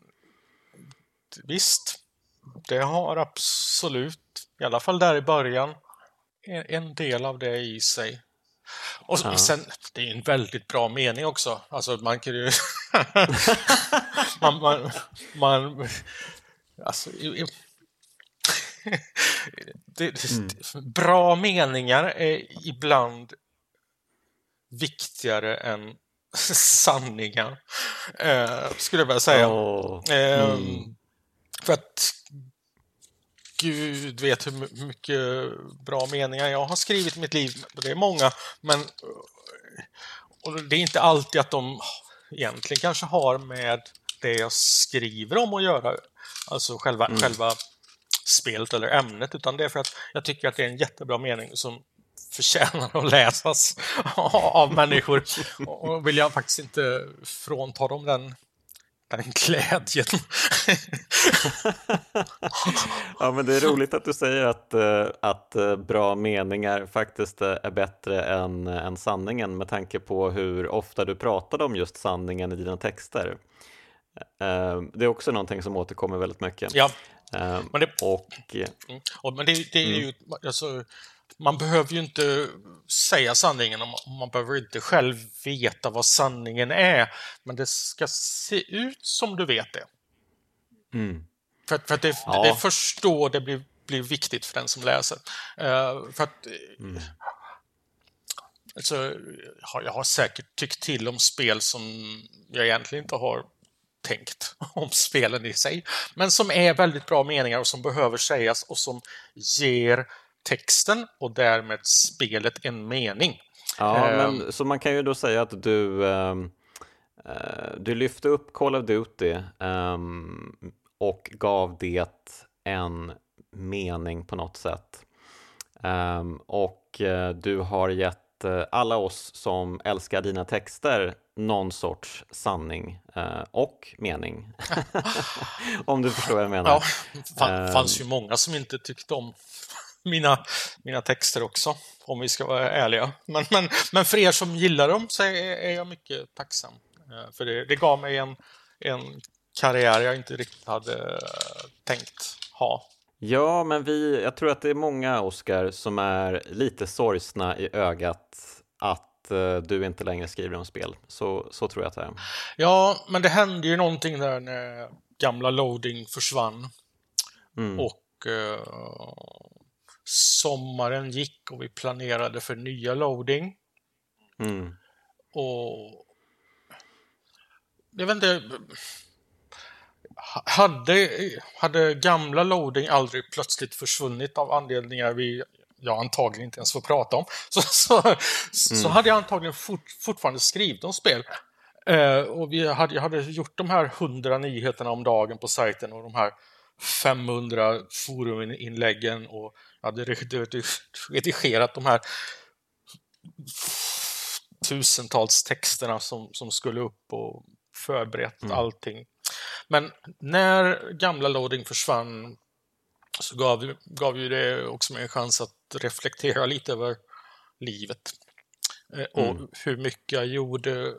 visst, det har absolut, i alla fall där i början, en, en del av det i sig. Och ja. sen, det är en väldigt bra mening också. Alltså man kan ju... man, man, man... Alltså... det, mm. Bra meningar är ibland viktigare än sanningar, eh, skulle jag vilja säga. Oh. Mm. Eh, för att Gud vet hur mycket bra meningar jag har skrivit i mitt liv. Det är många, men och det är inte alltid att de egentligen kanske har med det jag skriver om att göra. Alltså själva, mm. själva spelet eller ämnet, utan det är för att jag tycker att det är en jättebra mening som förtjänar att läsas av människor. Och vill jag faktiskt inte frånta dem den den glädjen. Ja, men det är roligt att du säger att, att bra meningar faktiskt är bättre än, än sanningen, med tanke på hur ofta du pratade om just sanningen i dina texter. Det är också någonting som återkommer väldigt mycket. Ja, men det, och, mm, och, men det, det är ju... Mm. Alltså, man behöver ju inte säga sanningen, om man behöver inte själv veta vad sanningen är, men det ska se ut som du vet det. Mm. För, för att det, ja. det är först då det blir, blir viktigt för den som läser. Uh, för att mm. alltså, jag har säkert tyckt till om spel som jag egentligen inte har tänkt om spelen i sig, men som är väldigt bra meningar och som behöver sägas och som ger texten och därmed spelet en mening. Ja, um, men, så man kan ju då säga att du um, uh, du lyfte upp Call of Duty um, och gav det en mening på något sätt. Um, och uh, du har gett uh, alla oss som älskar dina texter någon sorts sanning uh, och mening. Om du förstår vad jag menar. Ja, det fanns ju många som inte tyckte om Mina, mina texter också, om vi ska vara ärliga. Men, men, men för er som gillar dem så är, är jag mycket tacksam. För det, det gav mig en, en karriär jag inte riktigt hade tänkt ha. Ja, men vi, jag tror att det är många, Oskar, som är lite sorgsna i ögat att uh, du inte längre skriver om spel. Så, så tror jag att det är. Ja, men det hände ju någonting där när gamla loading försvann. Mm. Och... Uh, sommaren gick och vi planerade för nya loading. Mm. Och jag vet inte, hade, hade gamla loading aldrig plötsligt försvunnit av anledningar vi jag antagligen inte ens får prata om, så, så, mm. så hade jag antagligen fort, fortfarande skrivit om spel. Eh, och vi hade, jag hade gjort de här hundra nyheterna om dagen på sajten och de här femhundra foruminläggen, och jag hade redigerat de här tusentals texterna som, som skulle upp och förberett mm. allting. Men när gamla loading försvann så gav, gav ju det också mig en chans att reflektera lite över livet. Mm. Och hur mycket jag gjorde.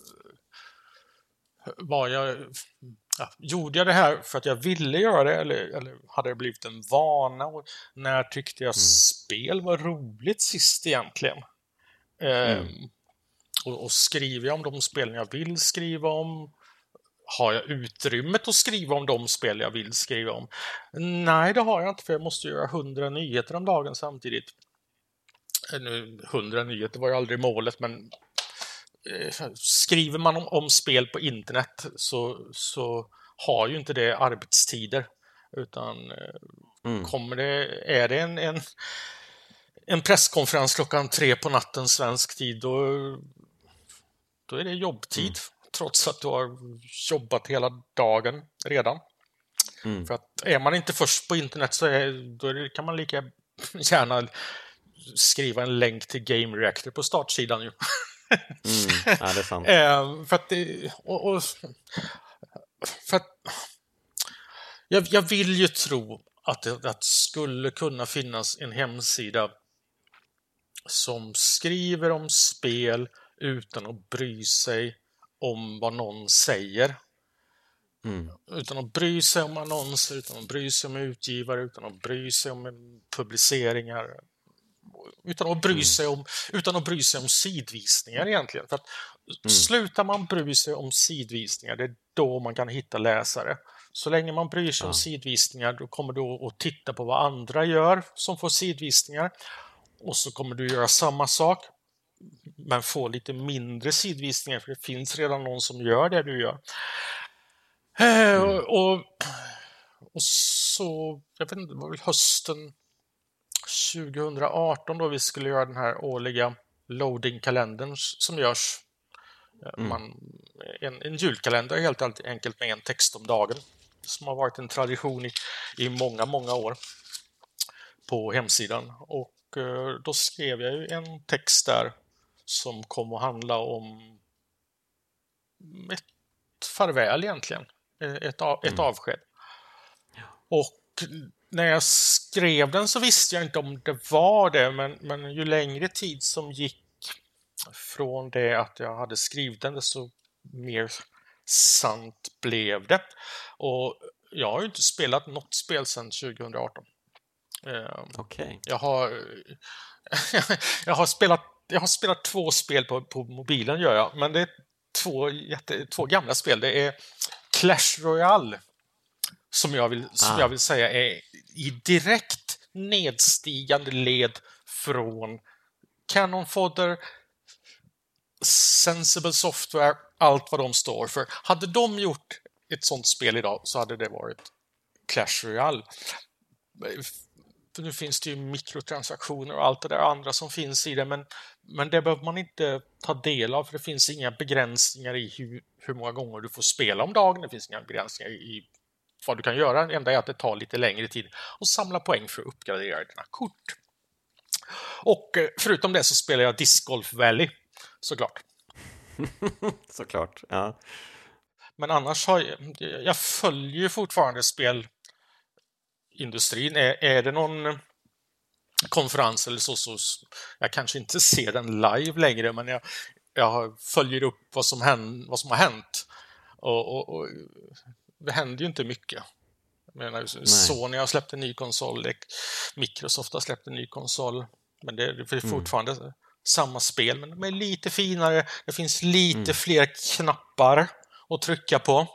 Var jag, ja, gjorde jag det här för att jag ville göra det, eller, eller hade det blivit en vana? Och när tyckte jag mm. spel var roligt sist egentligen? Mm. Ehm, och, och skriver jag om de spelen jag vill skriva om? Har jag utrymmet att skriva om de spel jag vill skriva om? Nej, det har jag inte, för jag måste göra hundra nyheter om dagen samtidigt. Nu, hundra nyheter var ju aldrig målet, men eh, skriver man om, om spel på internet så, så har ju inte det arbetstider. Utan eh, mm. kommer det, är det en, en, en presskonferens klockan tre på natten svensk tid, då, då är det jobbtid. Mm. Trots att du har jobbat hela dagen redan. Mm. För att är man inte först på internet så är, då är det, kan man lika gärna skriva en länk till Game Reactor på startsidan ju. Mm. Ja, det är sant. eh, för att det, och, och, för att jag, jag vill ju tro att det, att det skulle kunna finnas en hemsida som skriver om spel utan att bry sig om vad någon säger. Mm. Utan att bry sig om annonser, utan att bry sig om utgivare, utan att bry sig om publiceringar, utan att bry mm. sig om utan att bry sig om sidvisningar egentligen. För att mm. slutar man bry sig om sidvisningar, det är då man kan hitta läsare. Så länge man bryr sig ja. om sidvisningar, då kommer du att titta på vad andra gör som får sidvisningar, och så kommer du göra samma sak men få lite mindre sidvisningar, för det finns redan någon som gör det du gör. Mm. Och, och, och så, jag vet inte, det var väl hösten tjugo arton då vi skulle göra den här årliga loading-kalendern som görs. Mm. Man, en, en julkalender helt enkelt med en text om dagen, som har varit en tradition i, i många, många år på hemsidan. Och då skrev jag ju en text där som kom att handla om ett farväl egentligen, ett, av, ett mm. avsked. Och när jag skrev den så visste jag inte om det var det, men, men ju längre tid som gick från det att jag hade skrivit den, desto mer sant blev det. Och jag har ju inte spelat något spel sedan tjugo arton. Okay. Jag har jag har spelat jag har spelat två spel på, på mobilen gör jag, men det är två jätte, två gamla spel. Det är Clash Royale som jag vill som ah. jag vill säga är i direkt nedstigande led från Cannon Fodder, Sensible Software, allt vad de står för. Hade de gjort ett sånt spel idag så hade det varit Clash Royale. För nu finns det ju mikrotransaktioner och allt det där andra som finns i det, men, men det behöver man inte ta del av, för det finns inga begränsningar i hur, hur många gånger du får spela om dagen. Det finns inga begränsningar i vad du kan göra. Det enda är att det tar lite längre tid och samla poäng för att uppgradera dina kort. Och förutom det så spelar jag Disc Golf Valley, såklart. Såklart, ja. Men annars har jag, jag följer ju fortfarande spel industrin. Är, är det någon konferens eller så, så jag kanske inte ser den live längre, men jag, jag följer upp vad som, händ, vad som har hänt, och, och, och det händer ju inte mycket. Jag menar, Sony har släppt en ny konsol, Microsoft har släppt en ny konsol, men det är fortfarande mm. samma spel, men de är lite finare, det finns lite mm. fler knappar att trycka på.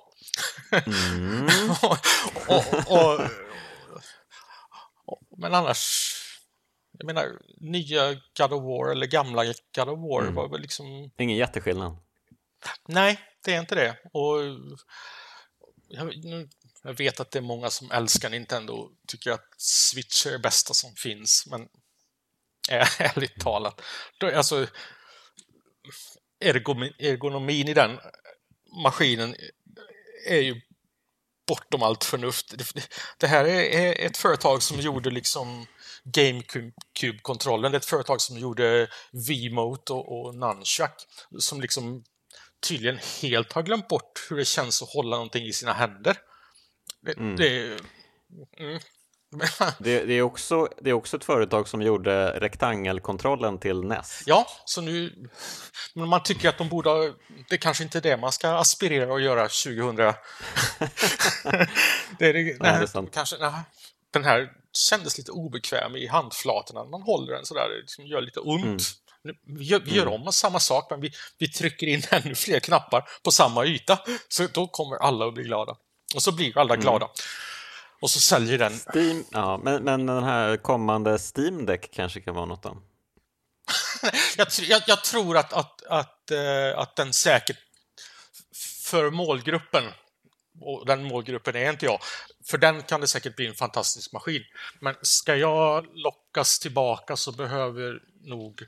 Mm. och, och, och Men annars, jag menar, nya God of War eller gamla God of War Mm. var väl liksom... Ingen jätteskillnad. Nej, det är inte det. Och jag, nu, jag vet att det är många som älskar Nintendo och tycker att Switch är det bästa som finns, men ärligt talat, då, alltså ergonomin, ergonomin i den maskinen är ju bortom allt förnuft. Det, det här är ett företag som gjorde liksom GameCube-kontrollen. Det är ett företag som gjorde Wiimote och, och Nunchuck, som liksom tydligen helt har glömt bort hur det känns att hålla någonting i sina händer. Det, Mm. det, mm. det, det, är också, det är också ett företag som gjorde rektangelkontrollen till N E S. Ja, så nu... Men man tycker att de borde ha... Det kanske inte är det man ska aspirera att göra tjugohundra... det är det, nej, nej, det är sant. Kanske, nej, den här kändes lite obekväm i handflatorna. Man håller den sådär, det liksom gör lite ont. Mm. Vi gör, vi gör mm. om samma sak, men vi, vi trycker in ännu fler knappar på samma yta. Så då kommer alla att bli glada. Och så blir alla glada. Mm. Och så säljer den... Steam, ja, men, men den här kommande Steam Deck kanske kan vara något då? jag, jag, jag tror att, att, att, äh, att den säkert för målgruppen, och den målgruppen är inte jag, för den kan det säkert bli en fantastisk maskin. Men ska jag lockas tillbaka så behöver nog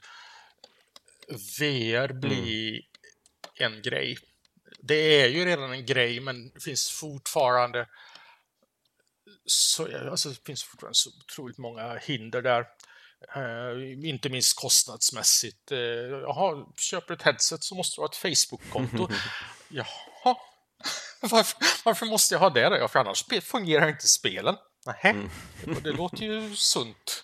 V R bli mm. en grej. Det är ju redan en grej, men det finns fortfarande så, alltså, det finns fortfarande så otroligt många hinder där. Uh, inte minst kostnadsmässigt. Uh, jaha, köper ett headset så måste du ha ett Facebook-konto. Jaha, varför, varför måste jag ha det då? För annars fungerar inte spelen. Nähä, mm. och det låter ju sunt.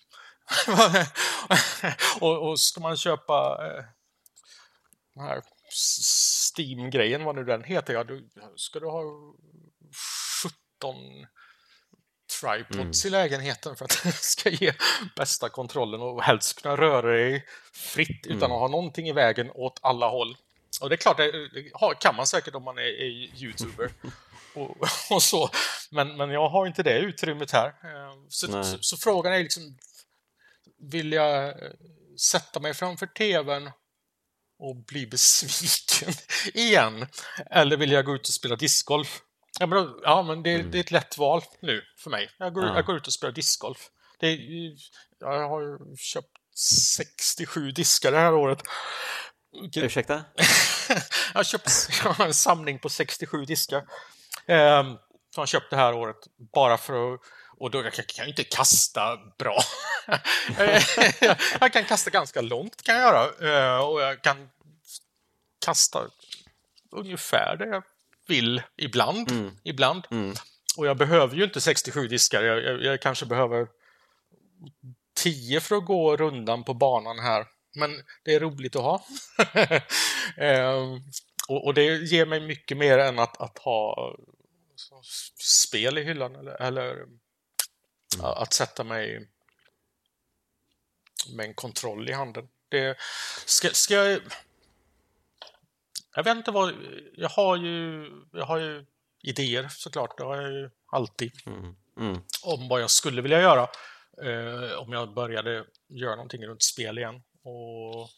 och, och ska man köpa uh, den här Steam-grejen, vad nu den heter, ja, du, ska du ha sjutton tripods mm. i lägenheten för att det ska ge bästa kontrollen och helst kunna röra dig fritt utan mm. att ha någonting i vägen åt alla håll. Och det är klart, det kan man säkert om man är, är YouTuber och, och så. Men, men jag har inte det utrymmet här. Så, så, så frågan är liksom, vill jag sätta mig framför tvn och bli besviken igen? Eller vill jag gå ut och spela discgolf? Ja, men, då, ja, men det, mm. det är ett lätt val nu för mig. Jag går, ja. jag går ut och spelar discgolf. Det är, jag har ju köpt sextiosju diskar det här året. Ursäkta? jag har köpt jag har en samling på sextiosju diskar. Um, som jag köpt det här året. Bara för att... Och då jag kan jag inte kasta bra. jag kan kasta ganska långt, kan jag göra. Uh, och jag kan kasta ungefär det jag vill ibland. Mm. ibland. Mm. Och jag behöver ju inte sextiosju diskar. Jag, jag, jag kanske behöver tio för att gå rundan på banan här. Men det är roligt att ha. um, och, och det ger mig mycket mer än att, att ha spel i hyllan. Eller, eller mm. att sätta mig med en kontroll i handen. Det, ska, ska jag... Jag vet inte vad... Jag har ju, jag har ju idéer såklart. Det har jag ju alltid. Mm. Mm. Om vad jag skulle vilja göra. Eh, om jag började göra någonting runt spel igen. Och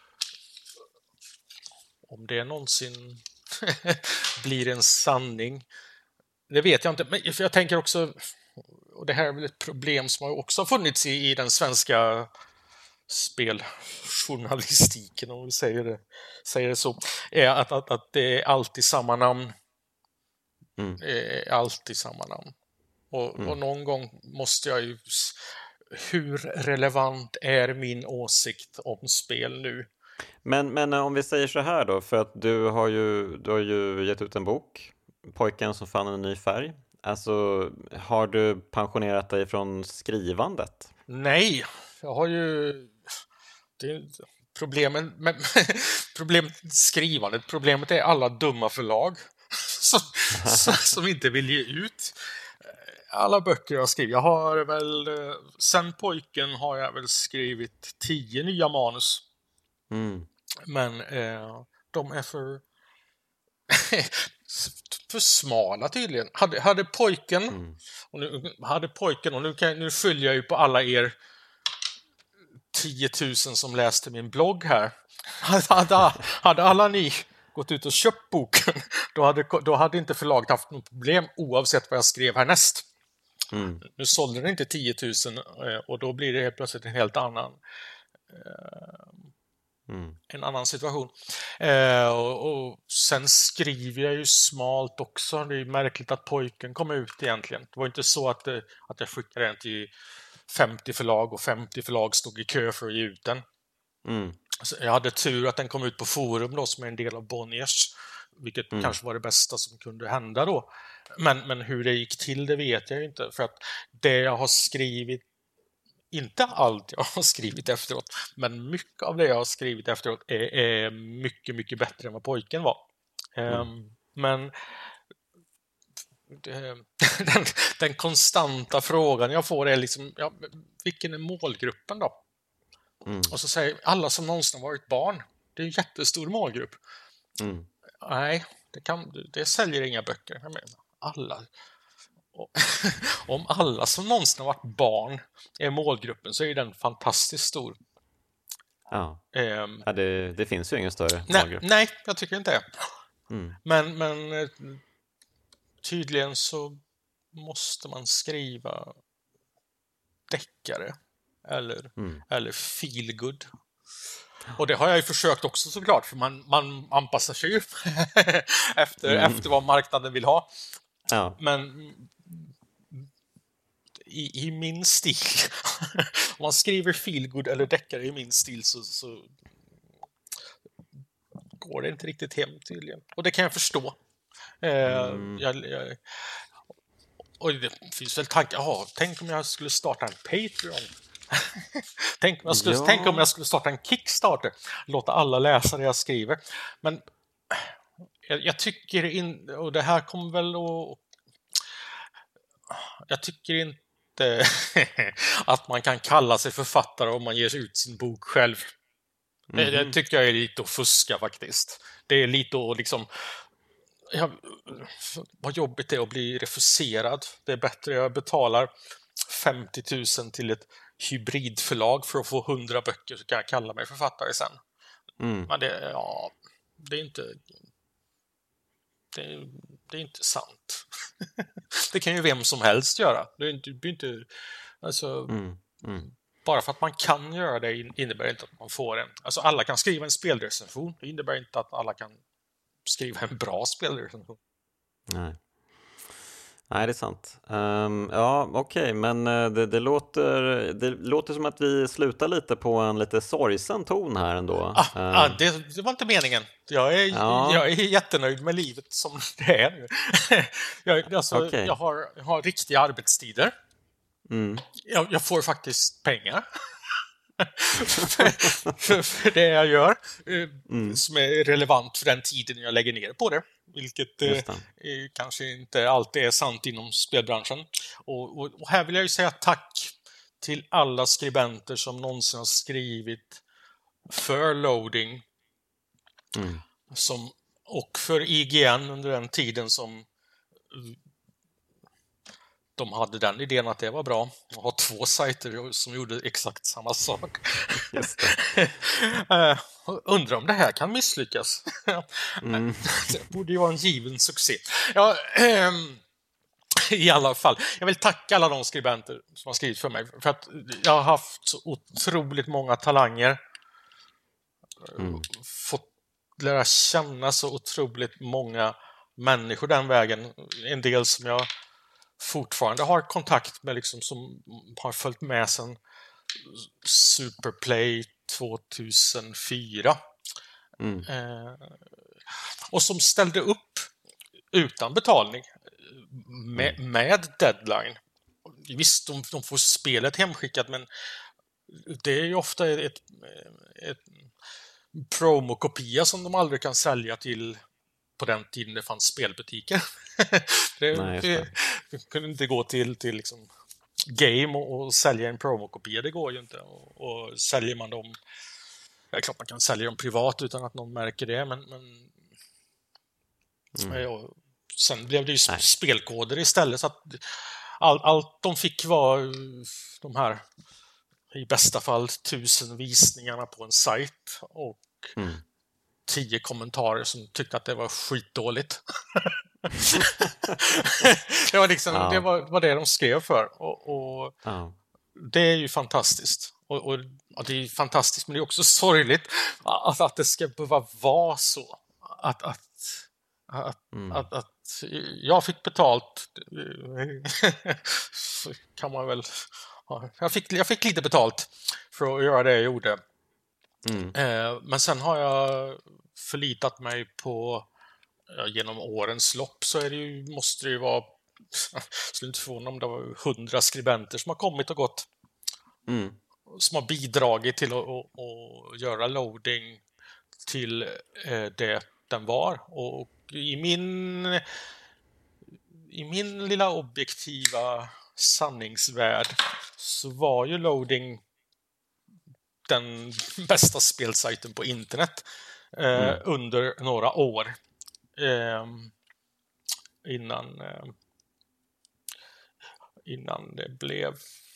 om det någonsin blir en sanning. Det vet jag inte. Men jag tänker också... Och det här är väl ett problem som har också funnits i, i den svenska speljournalistiken, om vi säger det, säger det så, är att, att, att det är alltid samma namn. Mm. Det är alltid samma namn. Och, mm. och någon gång måste jag ju... Hur relevant är min åsikt om spel nu? Men, men om vi säger så här då, för att du har ju, du har ju gett ut en bok, Pojken som fann en ny färg. Alltså, har du pensionerat dig från skrivandet? Nej, jag har ju... Det är problemen med problemet skrivandet. Problemet är alla dumma förlag som, som inte vill ge ut alla böcker jag skriver. Jag har väl... Sen Pojken har jag väl skrivit tio nya manus. Mm. Men eh, de är för... för smala tydligen. Hade, hade pojken mm. och nu hade pojken och nu, kan, nu följer jag ju på alla er tio tusen som läste min blogg här. Hade, hade alla ni gått ut och köpt boken, då hade, då hade inte förlaget haft något problem oavsett vad jag skrev härnäst. Mm. Nu sålde den inte tio tusen och då blir det helt plötsligt en helt annan mm. en annan situation. Eh, och, och sen skriver jag ju smalt också. Det är märkligt att pojken kom ut egentligen. Det var inte så att, det, att jag skickade den till femtio förlag och femtio förlag stod i kö för att ge ut den. Mm. Så jag hade tur att den kom ut på Forum då, som är en del av Bonniers, vilket mm. kanske var det bästa som kunde hända då. Men, men hur det gick till, det vet jag inte. För att det jag har skrivit, inte allt jag har skrivit efteråt, men mycket av det jag har skrivit efteråt är, är mycket, mycket bättre än vad pojken var. Mm. Um, men det, den, den konstanta frågan jag får är liksom, ja, vilken är målgruppen då? Mm. Och så säger alla som någonsin har varit barn. Det är en jättestor målgrupp. Mm. Nej, det, kan, det säljer inga böcker. Jag menar, alla... Om alla som någonsin har varit barn är målgruppen, så är den fantastiskt stor. Ja, um, ja det, det finns ju ingen större nej, målgrupp. Nej, jag tycker inte det. Mm. Men, men tydligen så måste man skriva deckare eller, mm. eller feel good. Och det har jag ju försökt också såklart, för man, man anpassar sig ju efter, mm. efter vad marknaden vill ha. Ja. Men i, i min stil, om man skriver feelgood eller deckare i min stil, så, så går det inte riktigt hem tydligen. Och det kan jag förstå. Mm. Eh, jag, jag, och det finns väl tankar, jaha, tänk om jag skulle starta en Patreon. tänk, om jag skulle, ja. tänk om jag skulle starta en Kickstarter. Låta alla läsa det jag skriver. Men jag, jag tycker in, och det här kommer väl att... Jag tycker inte att man kan kalla sig författare om man ger ut sin bok själv. Mm-hmm. Det, det tycker jag är lite att fuska faktiskt. Det är lite att liksom... Ja, vad jobbigt det är att bli refuserad. Det är bättre jag betalar femtio tusen till ett hybridförlag för att få hundra böcker, så kan jag kalla mig författare sen. Mm. Men det, ja, det är inte... Det är, det är inte sant. Det kan ju vem som helst göra. Det är inte, det är inte alltså, mm, mm. Bara för att man kan göra det innebär inte att man får en. Alltså alla kan skriva en spelrecension. Det innebär inte att alla kan skriva en bra spelrecension. Nej. Nej, det är sant. Um, ja, okej, okay, men det, det, låter, det låter som att vi slutar lite på en lite sorgsen ton här ändå. Ah, um, ah, det, det var inte meningen. Jag är, ja. jag är jättenöjd med livet som det är nu. jag, alltså, okay. jag, har, jag har riktiga arbetstider. Mm. Jag, jag får faktiskt pengar. för, för det jag gör, mm. som är relevant för den tiden jag lägger ner på det, vilket eh, kanske inte alltid är sant inom spelbranschen. Och, och, och här vill jag ju säga tack till alla skribenter som någonsin har skrivit för Loading, mm. som, och för I G N under den tiden som de hade den idén att det var bra att ha två sajter som gjorde exakt samma sak. Just det. uh, undrar om det här kan misslyckas. Mm. Det borde ju vara en given succé. Ja, um, i alla fall. Jag vill tacka alla de skribenter som har skrivit för mig, för att jag har haft så otroligt många talanger. Mm. Fått lära känna så otroligt många människor den vägen. En del som jag fortfarande har kontakt med, liksom, som har följt med sedan Superplay tvåtusenfyra. Mm. Eh, och som ställde upp utan betalning med, med deadline. Visst, de, de får spelet hemskickat, men det är ju ofta ett, ett, ett promokopia som de aldrig kan sälja till på den tiden det fanns spelbutiker. det, Nej, det. det kunde inte gå till, till liksom Game och, och sälja en promokopia. Det går ju inte. Och, och säljer man dem... Ja, klart man kan sälja dem privat utan att någon märker det, men... men mm. ja, sen blev det ju Nej. spelkoder istället, så att all, allt de fick var de här i bästa fall tusen visningarna på en sajt och mm. tio kommentarer som tyckte att det var skitdåligt. det var liksom ja. det var, var det de skrev för och, och ja. det är ju fantastiskt och, och ja, det är fantastiskt, men det är också sorgligt att, att det ska behöva vara så att, att, att, mm. att, att jag fick betalt så kan man väl ja, jag, fick, jag fick lite betalt för att göra det jag gjorde. Mm. Eh, men sen har jag förlitat mig på ja, genom årens lopp så är det ju, måste det ju vara skulle inte förvåna om det var hundra skribenter som har kommit och gått mm. som har bidragit till att, att, att göra loading till eh, det den var och i min i min lilla objektiva sanningsvärld så var ju loading den bästa spelsajten på internet eh, mm. under några år eh, innan eh, innan det blev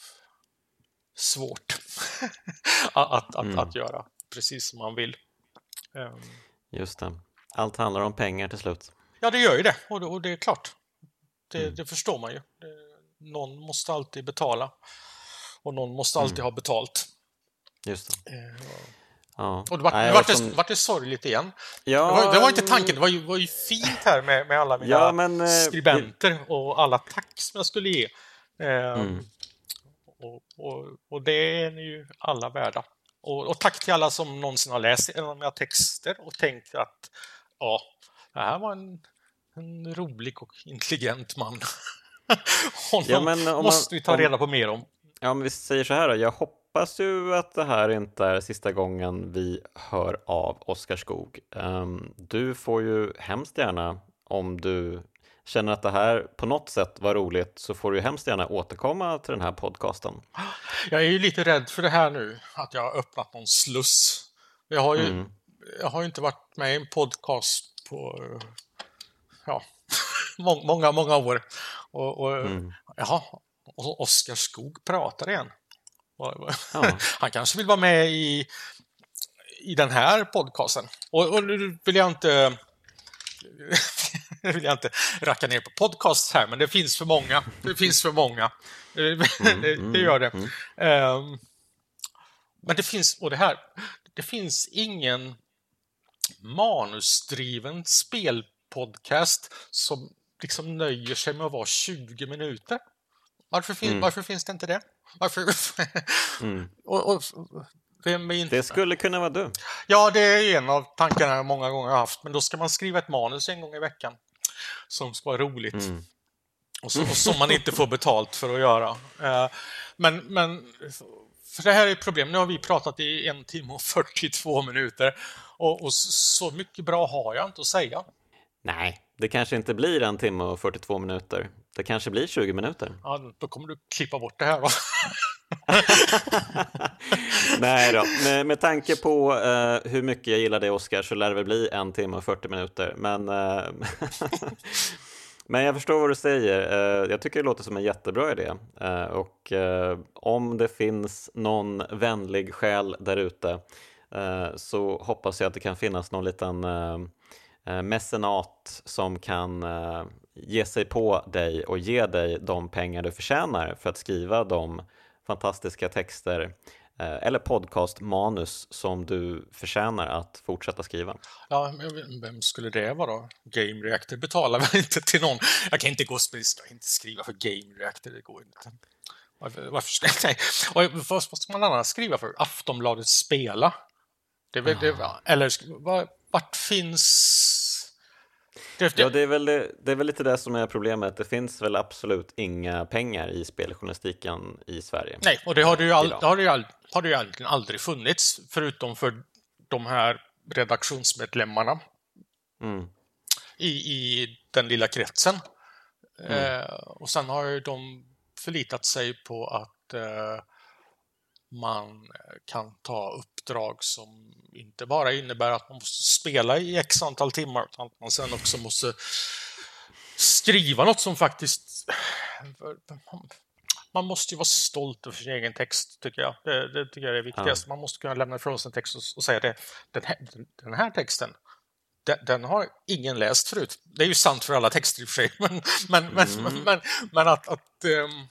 svårt att, att, mm. att, att göra precis som man vill. Um, Just det. Allt handlar om pengar till slut. Ja, det gör ju det. Och det, och det är klart. Det, mm. det förstår man ju. Det, någon måste alltid betala. Och någon måste alltid mm. ha betalt. Just det. Uh, ja. Och det var, Nej, vart, som... det, vart det sorgligt igen. Ja, det, var, det var inte tanken. Det var ju, var ju fint här med, med alla mina ja, men, skribenter uh, och alla tack som jag skulle ge. Uh, mm. och, och, och det är ni ju alla värda. Och, och tack till alla som någonsin har läst en av mina texter och tänkt att ja, det här var en, en rolig och intelligent man. Honom ja, men om måste man, vi ta om, reda på mer om. Ja, men vi säger så här då. Jag hoppas ju att det här inte är sista gången vi hör av Oskar Skog. Um, du får ju hemskt gärna, om du känner att det här på något sätt var roligt, så får du hemskt gärna återkomma till den här podcasten. Jag är ju lite rädd för det här nu, att jag har öppnat någon sluss. Jag har ju, mm. jag har ju inte varit med i en podcast på ja, många, många år. Och, och, mm. jaha, och Oskar Skog pratar igen. Ja. Han kanske vill vara med i, i den här podcasten. Och, och nu vill jag inte... Nu vill jag inte racka ner på podcast här, men det finns för många. Det finns för många. Mm, det, det gör det. Mm. Um, men det finns, och det här, det finns ingen manusdriven spelpodcast som liksom nöjer sig med att vara tjugo minuter. Varför, fin- mm. varför finns det inte det? Varför? mm. och, och, Det skulle kunna vara du. Ja, det är en av tankarna jag många gånger har haft. Men då ska man skriva ett manus en gång i veckan som ska vara roligt. Mm. Och, så, och som man inte får betalt för att göra. Men, men för det här är ett problem. Nu har vi pratat i en timme och fyrtiotvå minuter. Och, och så mycket bra har jag inte att säga. Nej, det kanske inte blir en timme och fyrtiotvå minuter. Det kanske blir tjugo minuter. Ja, då kommer du klippa bort det här va? Nej då, med, med tanke på uh, hur mycket jag gillar det, Oskar, så lär det väl bli en timme och fyrtio minuter. Men, uh, men jag förstår vad du säger. Uh, jag tycker det låter som en jättebra idé. Uh, och uh, om det finns någon vänlig själ där ute uh, så hoppas jag att det kan finnas någon liten uh, uh, mecenat som kan uh, ge sig på dig och ge dig de pengar du förtjänar för att skriva de fantastiska texter eh, eller podcastmanus som du förtjänar att fortsätta skriva. Ja, men vem skulle det vara då? Game Reactor betalar väl inte till någon? Jag kan inte gå och inte skriva för Game Reactor, det går inte. Varför, varför nej. Och vad ska man annars skriva för? Aftonbladet spela? Det är väl, det, eller vart finns... Det, det... Ja, det är, väl, det är väl lite det som är problemet. Det finns väl absolut inga pengar i speljournalistiken i Sverige. Nej, och det har det ju, all, det har det ju, all, har det ju egentligen aldrig funnits, förutom för de här redaktionsmedlemmarna mm. i, i den lilla kretsen. Mm. Eh, och sen har ju de förlitat sig på att eh, man kan ta uppdrag som inte bara innebär att man måste spela i x antal timmar, utan att man sen också måste skriva något som faktiskt... man måste ju vara stolt över sin egen text, tycker jag. Det, det tycker jag är det viktigaste. Ja. Man måste kunna lämna ifrån sig en text och, och säga det. Den här, den här texten, den, den har ingen läst förut. Det är ju sant för alla texter i och för sig. Men, men, mm. men, men, men att, att um,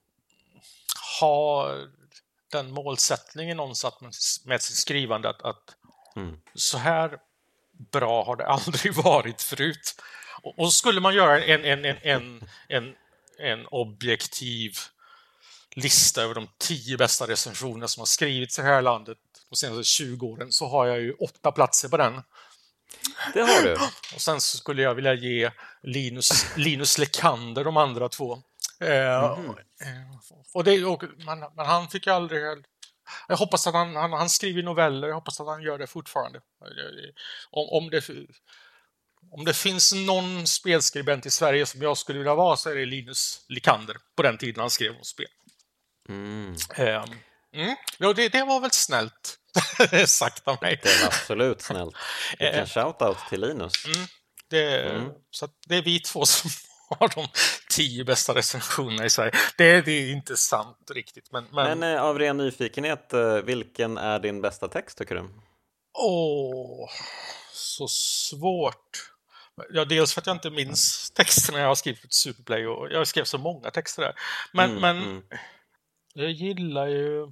ha den målsättningen någonsatt med, med sitt skrivande att, att mm. så här bra har det aldrig varit förut. Och, och skulle man göra en, en, en, en, en, en objektiv lista över de tio bästa recensionerna som har skrivits i det här landet de senaste tjugo åren, så har jag ju åtta platser på den. Det har du. Och sen så skulle jag vilja ge Linus, Linus Lekander de andra två. Mm. Eh, och det, och, men, men han fick ju aldrig... Jag hoppas att han, han, han skriver noveller, jag hoppas att han gör det fortfarande. Om, om, det, om det finns någon spelskribent i Sverige som jag skulle vilja vara, så är det Linus Lekander på den tiden han skrev om spel. Mm. Um, mm. Ja, det, det var väl snällt sagt av mig. Det var absolut snällt. Vilken shoutout till Linus. Mm. Det, mm. Så att det är vi två som har de tio bästa recensionerna i Sverige. Det, det är inte sant riktigt. Men, men... men av ren nyfikenhet, vilken är din bästa text, tycker du? Åh, så svårt. Ja, dels för att jag inte minns texterna jag har skrivit för Superplay, och jag skrev så många texter där. Men, mm, men mm. jag gillar ju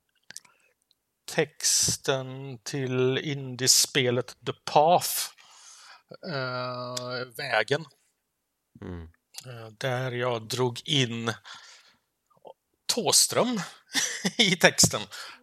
texten till indiespelet The Path, äh, Vägen. Mm. Där jag drog in Thåström i texten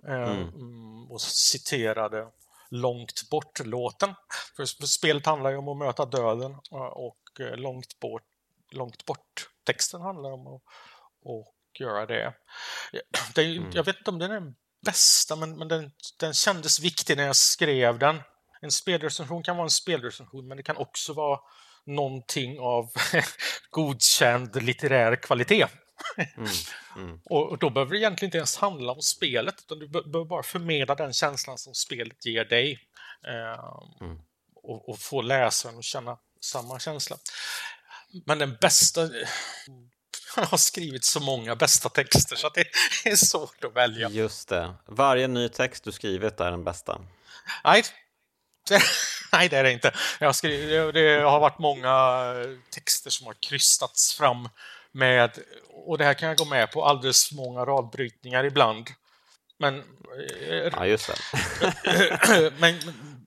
mm. och citerade Långt bort-låten. För spelet handlar ju om att möta döden, och långt bort, långt bort-texten handlar om att, att göra det. det är, mm. Jag vet inte om den är den bästa, men, men den, den kändes viktig när jag skrev den. En spelrecension kan vara en spelrecension, men det kan också vara någonting av godkänd litterär kvalitet. Mm, mm. Och då behöver det egentligen inte ens handla om spelet, utan du behöver bara förmedla den känslan som spelet ger dig, eh, mm. och, och få läsaren att känna samma känsla. Men den bästa... Jag har skrivit så många bästa texter så att det är svårt att välja. Just det. Varje ny text du skrivit är den bästa. Nej, det, nej, det är det inte. Jag har, skrivit, det har varit många texter som har krystats fram med, och det här kan jag gå med på, alldeles för många radbrytningar ibland. Men, ja, just det. men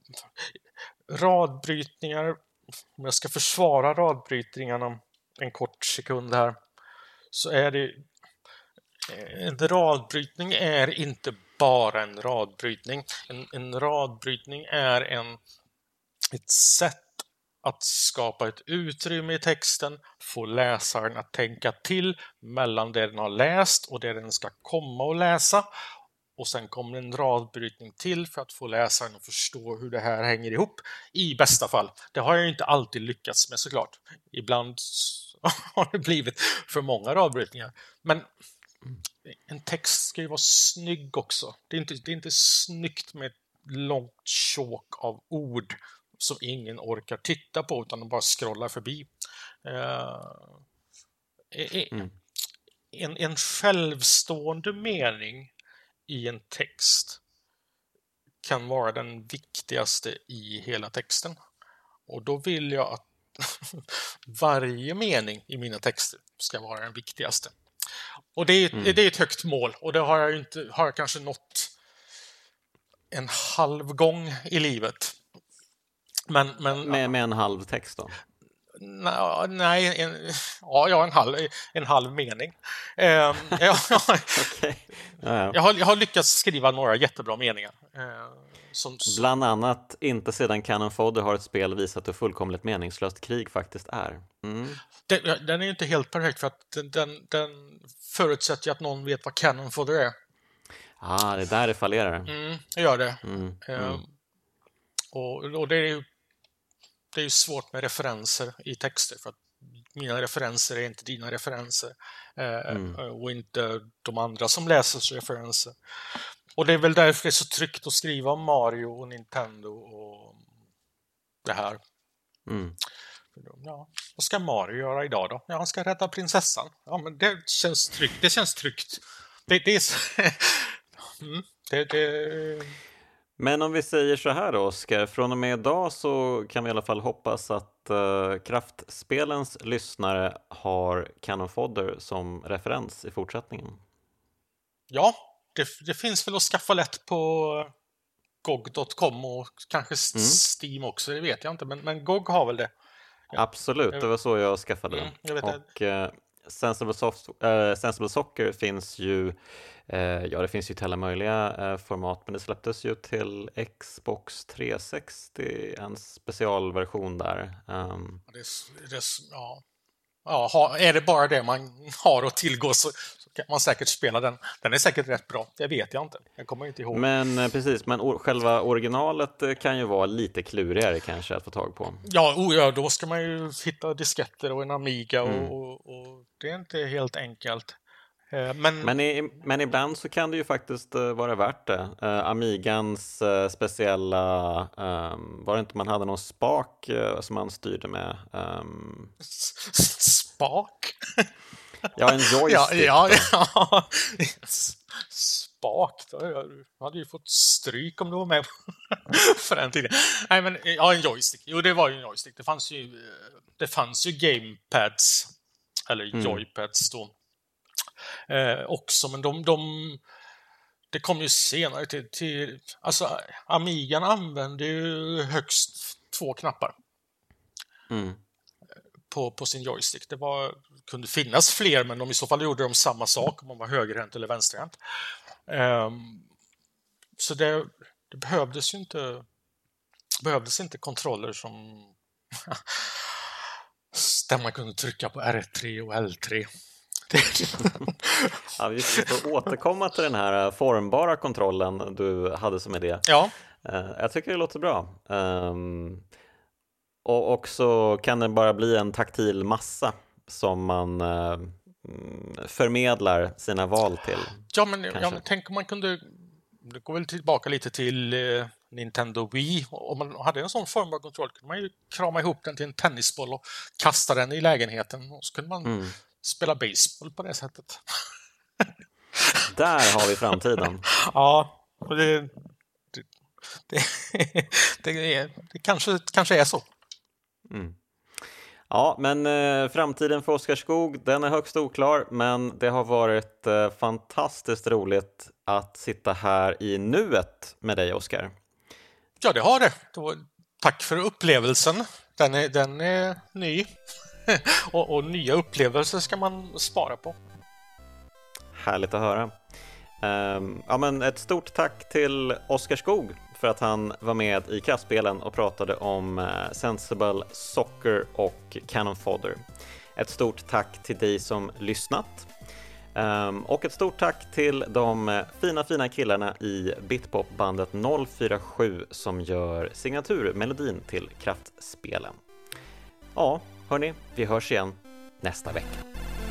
radbrytningar, om jag ska försvara radbrytningarna en kort sekund här, så är det, en radbrytning är inte bara en radbrytning. En, en radbrytning är en, ett sätt att skapa ett utrymme i texten, få läsaren att tänka till mellan det den har läst och det den ska komma och läsa. Och sen kommer en radbrytning till för att få läsaren att förstå hur det här hänger ihop. I bästa fall. Det har jag inte alltid lyckats med, såklart. Ibland har det blivit för många radbrytningar. Men en text ska ju vara snygg också. Det är inte, det är inte snyggt med ett långt tjåk av ord som ingen orkar titta på, utan de bara scrollar förbi. Uh, mm. en, en självstående mening i en text kan vara den viktigaste i hela texten. Och då vill jag att varje mening i mina texter ska vara den viktigaste. Och det är, mm. det är ett högt mål, och det har jag inte, har jag kanske nått en halv gång i livet. Men, men, med, med en halv text då? Nej, en, ja, ja, en halv, en halv mening. Eh, jag, jag, okay. ja, ja. Jag, har, jag har lyckats skriva några jättebra meningar. Eh, som, Bland annat, inte sedan Cannon Fodder har ett spel visat hur fullkomligt meningslöst krig faktiskt är. Mm. Den, den är ju inte helt perfekt, för att den, den, den förutsätter ju att någon vet vad Cannon Fodder är. Ah, det är där det fallerar. Mm, det gör det. Mm, eh, mm. Och, och det är ju Det är ju svårt med referenser i texter, för att mina referenser är inte dina referenser, mm. och inte de andra som läser referenser. Och det är väl därför det är så tryggt att skriva om Mario och Nintendo och det här. Mm. Ja, vad ska Mario göra idag då? Ja, han ska rädda prinsessan. Ja, men det känns tryggt. Det känns tryggt. Det, det är... mm, det, det... Men om vi säger så här då, Oskar, från och med idag så kan vi i alla fall hoppas att uh, Kraftspelens lyssnare har Cannon Fodder som referens i fortsättningen. Ja, det, det finns väl att skaffa lätt på G O G punkt com och kanske mm. Steam också, det vet jag inte, men, men G O G har väl det. Ja. Absolut, det var så jag skaffade mm, jag vet och uh, Sensible, Soft, uh, Sensible Soccer finns ju uh, ja, det finns ju till alla möjliga uh, format, men det släpptes ju till Xbox tre sextio, en specialversion där. Um, det, det, ja. Ja, är det bara det man har att tillgå så, så kan man säkert spela den. Den är säkert rätt bra, det vet jag inte. Jag kommer inte ihåg. Men precis, men or- själva originalet kan ju vara lite klurigare kanske att få tag på. Ja, oh ja, då ska man ju hitta disketter och en Amiga och, mm. och, och det är inte helt enkelt. Men, men, i, men ibland så kan det ju faktiskt uh, vara värt det. Uh, Amigans uh, speciella, um, var det inte man hade någon spak uh, som man styrde med? Um... Spak? Ja, en joystick. Ja, ja, ja. Spak, då. Du hade ju fått stryk om du var med för den tiden. Nej, men ja, en joystick. Jo, det var ju en joystick. Det fanns ju, det fanns ju gamepads, eller mm. joypads då. Eh, också, men de, de det kom ju senare till, till alltså Amigan använde ju högst två knappar mm. på, på sin joystick. Det var, kunde finnas fler, men de i så fall gjorde de samma sak om man var högerhänt eller vänsterhänt. Eh, så det, det behövdes ju inte behövdes inte kontroller som där man kunde trycka på R tre och L tre. Ja, vi får återkomma till den här formbara kontrollen du hade som idé. Ja. Jag tycker det låter bra. Um, och också kan det bara bli en taktil massa som man uh, förmedlar sina val till. Ja, men, ja, men tänk om man kunde, det går väl tillbaka lite till uh, Nintendo Wii. Om man hade en sån formbar kontroll kunde man ju krama ihop den till en tennisboll och kasta den i lägenheten. Och så kunde man mm. spela baseball på det sättet. Där har vi framtiden. Ja, det, det, det, det, är, det kanske, kanske är så. Mm. Ja, men eh, framtiden för Oskar Skog, den är högst oklar, men det har varit eh, fantastiskt roligt att sitta här i nuet med dig, Oskar. Ja, det har det. Då, tack för upplevelsen. Den är, den är ny. och, och nya upplevelser ska man spara på. Härligt att höra. Um, ja, men ett stort tack till Oskar Skog för att han var med i Kraftspelen och pratade om uh, Sensible Soccer och Cannon Fodder. Ett stort tack till dig som lyssnat. Um, och ett stort tack till de fina fina killarna i Bitpop-bandet noll fyra sju som gör signaturmelodin till Kraftspelen. Ja, hörni, vi hörs igen nästa vecka.